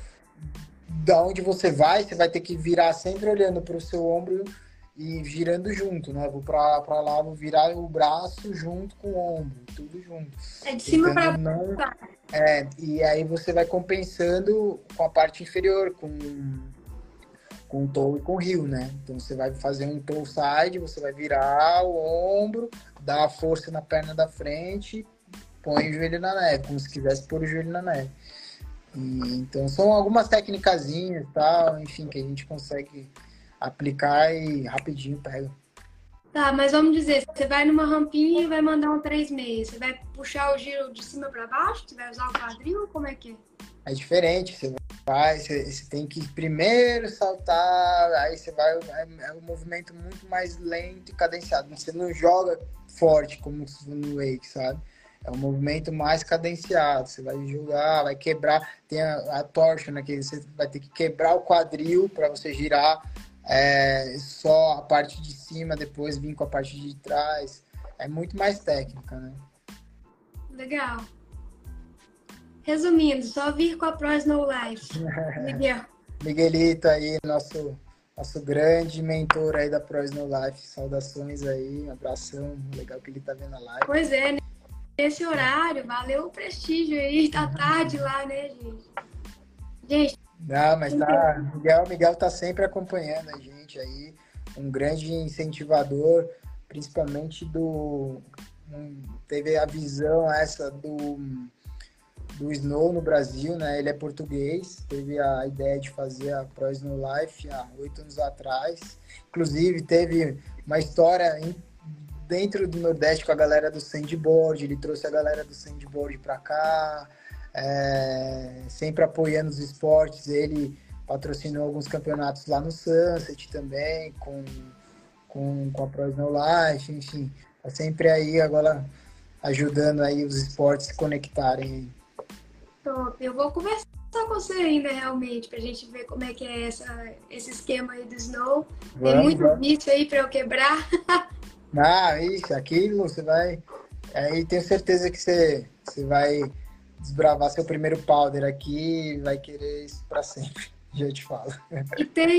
da onde você vai ter que virar sempre olhando para o seu ombro e girando junto, né? Vou para lá, vou virar o braço junto com o ombro, tudo junto. De cima para baixo. E aí você vai compensando com a parte inferior, com toe e com heel, né? Então você vai fazer um toe side, você vai virar o ombro, dar a força na perna da frente, põe o joelho na neve, como se quisesse pôr o joelho na neve. Então são algumas técnicazinhas, tal, enfim, que a gente consegue aplicar e rapidinho pega. Tá, mas vamos dizer, você vai numa rampinha e vai mandar um 3,6. Você vai puxar o giro de cima para baixo? Você vai usar o quadril? Como é que é? É diferente, você tem que primeiro saltar, aí você vai, é um movimento muito mais lento e cadenciado. Você não joga forte como no wake, sabe? É um movimento mais cadenciado. Você vai jogar, vai quebrar, tem a torsion, né? Que você vai ter que quebrar o quadril para você girar só a parte de cima, depois vir com a parte de trás. É muito mais técnica, né? Legal. Resumindo, só vir com a Pro Snow Life. Miguel. Miguelito aí, nosso grande mentor aí da Pro Snow Life. Saudações aí, um abração. Legal que ele tá vendo a live. Pois é, nesse horário, valeu o prestígio aí. Tá tarde lá, né, gente? Gente. Não, mas tá. Miguel tá sempre acompanhando a gente aí. Um grande incentivador, principalmente teve a visão essa do Snow no Brasil, né? Ele é português, teve a ideia de fazer a Pro Snow Life há 8 anos atrás. Inclusive, teve uma história dentro do Nordeste com a galera do sandboard, ele trouxe a galera do sandboard para cá, sempre apoiando os esportes. Ele patrocinou alguns campeonatos lá no Sunset também, com a Pro Snow Life, enfim, tá sempre aí agora ajudando aí os esportes se conectarem. Top. Eu vou conversar com você ainda, realmente, pra gente ver como é que é esse esquema aí do Snow. Tem muito vício aí pra eu quebrar. Isso, aquilo você vai... Aí tenho certeza que você vai desbravar seu primeiro powder aqui e vai querer isso pra sempre, já te falo. E tem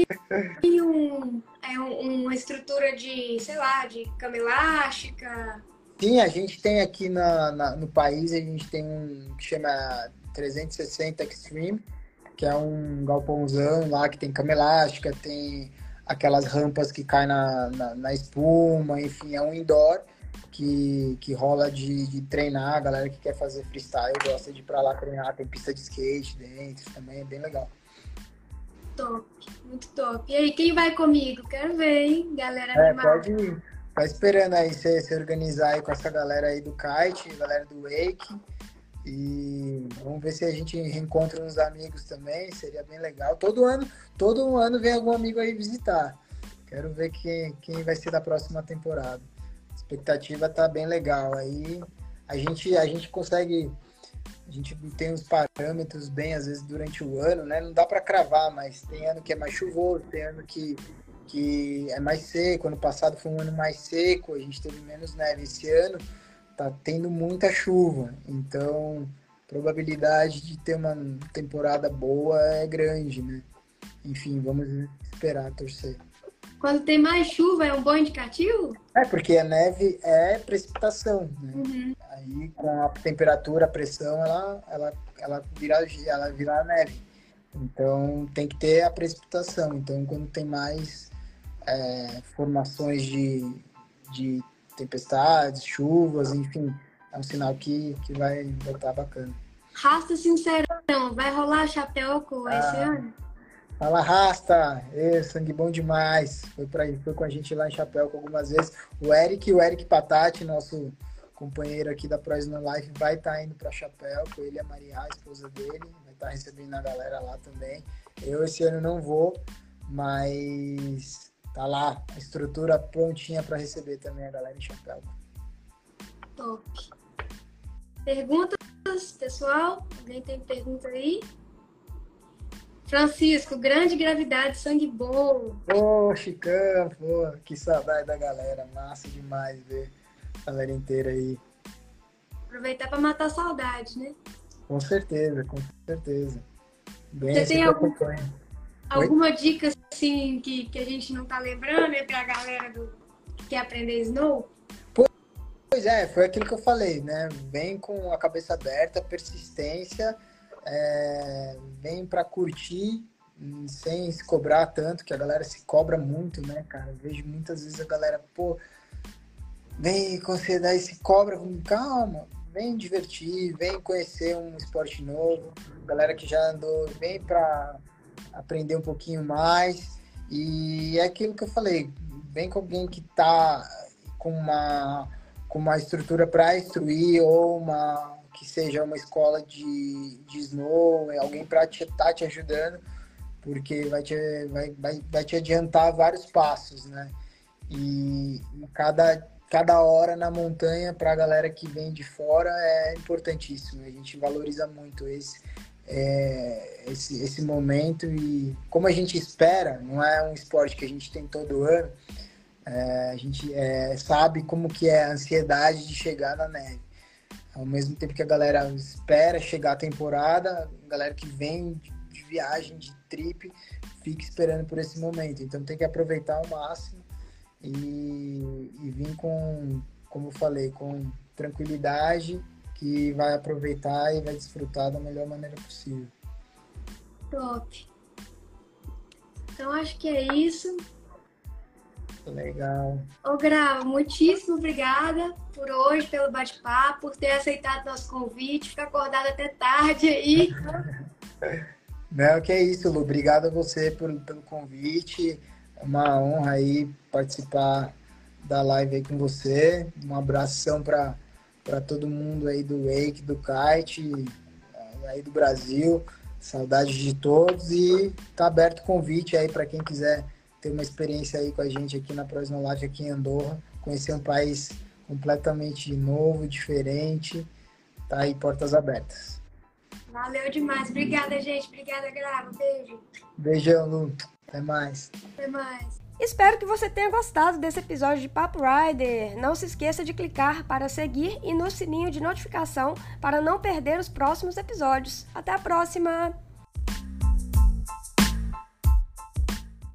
uma estrutura de, sei lá, de cama elástica. Sim, a gente tem aqui no país, a gente tem um que chama 360 Extreme, que é um galpãozão lá que tem cama elástica, tem aquelas rampas que caem na espuma, enfim, é um indoor que rola de treinar. A galera que quer fazer freestyle gosta de ir pra lá treinar, tem pista de skate dentro também, é bem legal. Top, muito top. E aí, quem vai comigo? Quero ver, hein, galera animada. Pode ir. Tá esperando aí você se organizar aí com essa galera aí do kite, galera do wake. E vamos ver se a gente reencontra uns amigos também, seria bem legal. Todo ano vem algum amigo aí visitar. Quero ver quem vai ser da próxima temporada. A expectativa tá bem legal. Aí a gente consegue, a gente tem uns parâmetros bem, às vezes, durante o ano, né? Não dá para cravar, mas tem ano que é mais chuvoso, tem ano que é mais seco. Ano passado foi um ano mais seco, a gente teve menos neve. Esse ano tá tendo muita chuva, então a probabilidade de ter uma temporada boa é grande, né? Enfim, vamos esperar, torcer. Quando tem mais chuva, é um bom indicativo? Porque a neve é precipitação, né? Uhum. Aí com a temperatura, a pressão, ela vira neve. Então tem que ter a precipitação. Então quando tem mais formações de tempestades, chuvas, enfim, é um sinal que vai estar bacana. Rasta sincerão, vai rolar chapéu esse ano? Fala, Rasta! Sangue bom demais. Foi com a gente lá em Chapéuco algumas vezes. O Eric Patati, nosso companheiro aqui da Pro Snow Life, vai estar indo para Chapéuco. Ele e a Maria, a esposa dele, vai estar recebendo a galera lá também. Eu esse ano não vou, mas tá lá, a estrutura prontinha para receber também a galera em Chapéuco. Top. Perguntas, pessoal? Alguém tem pergunta aí? Francisco, grande gravidade, sangue bom. Chicão, que saudade da galera. Massa demais ver a galera inteira aí. Aproveitar para matar a saudade, né? Com certeza, com certeza. Bem, você tem alguma dica assim que a gente não tá lembrando, né, pra galera que quer aprender Snow? Pois é, foi aquilo que eu falei, né? Vem com a cabeça aberta, persistência, vem para curtir sem se cobrar tanto, que a galera se cobra muito, né, cara? Eu vejo muitas vezes a galera, pô, vem com ansiedade, se cobra, calma, vem divertir, vem conhecer um esporte novo. Galera que já andou, vem pra aprender um pouquinho mais. E é aquilo que eu falei, vem com alguém que tá com uma estrutura para instruir ou uma que seja uma escola de snow, alguém para estar te ajudando, porque vai te adiantar vários passos, né? E cada hora na montanha para a galera que vem de fora é importantíssimo. A gente valoriza muito esse momento e como a gente espera, não é um esporte que a gente tem todo ano, a gente sabe como que é a ansiedade de chegar na neve. Ao mesmo tempo que a galera espera chegar a temporada, a galera que vem de viagem, de trip, fica esperando por esse momento. Então tem que aproveitar ao máximo e vir com, como eu falei, com tranquilidade, que vai aproveitar e vai desfrutar da melhor maneira possível. Top. Então acho que é isso. Legal. Ô, Grau, muitíssimo obrigada por hoje, pelo bate-papo, por ter aceitado nosso convite, ficar acordado até tarde aí. Não, que é isso, Lu. Obrigado a você pelo convite. É uma honra aí participar da live aí com você. Um abração para todo mundo aí do Wake, do Kite, aí do Brasil. Saudades de todos e tá aberto o convite aí para quem quiser ter uma experiência aí com a gente aqui na Pro Life, aqui em Andorra. Conhecer um país completamente novo, diferente. Tá aí, portas abertas. Valeu demais. Obrigada, gente. Obrigada, Grava. Beijo. Beijão, Lu. Até mais. Até mais. Espero que você tenha gostado desse episódio de Papo Rider. Não se esqueça de clicar para seguir e no sininho de notificação para não perder os próximos episódios. Até a próxima!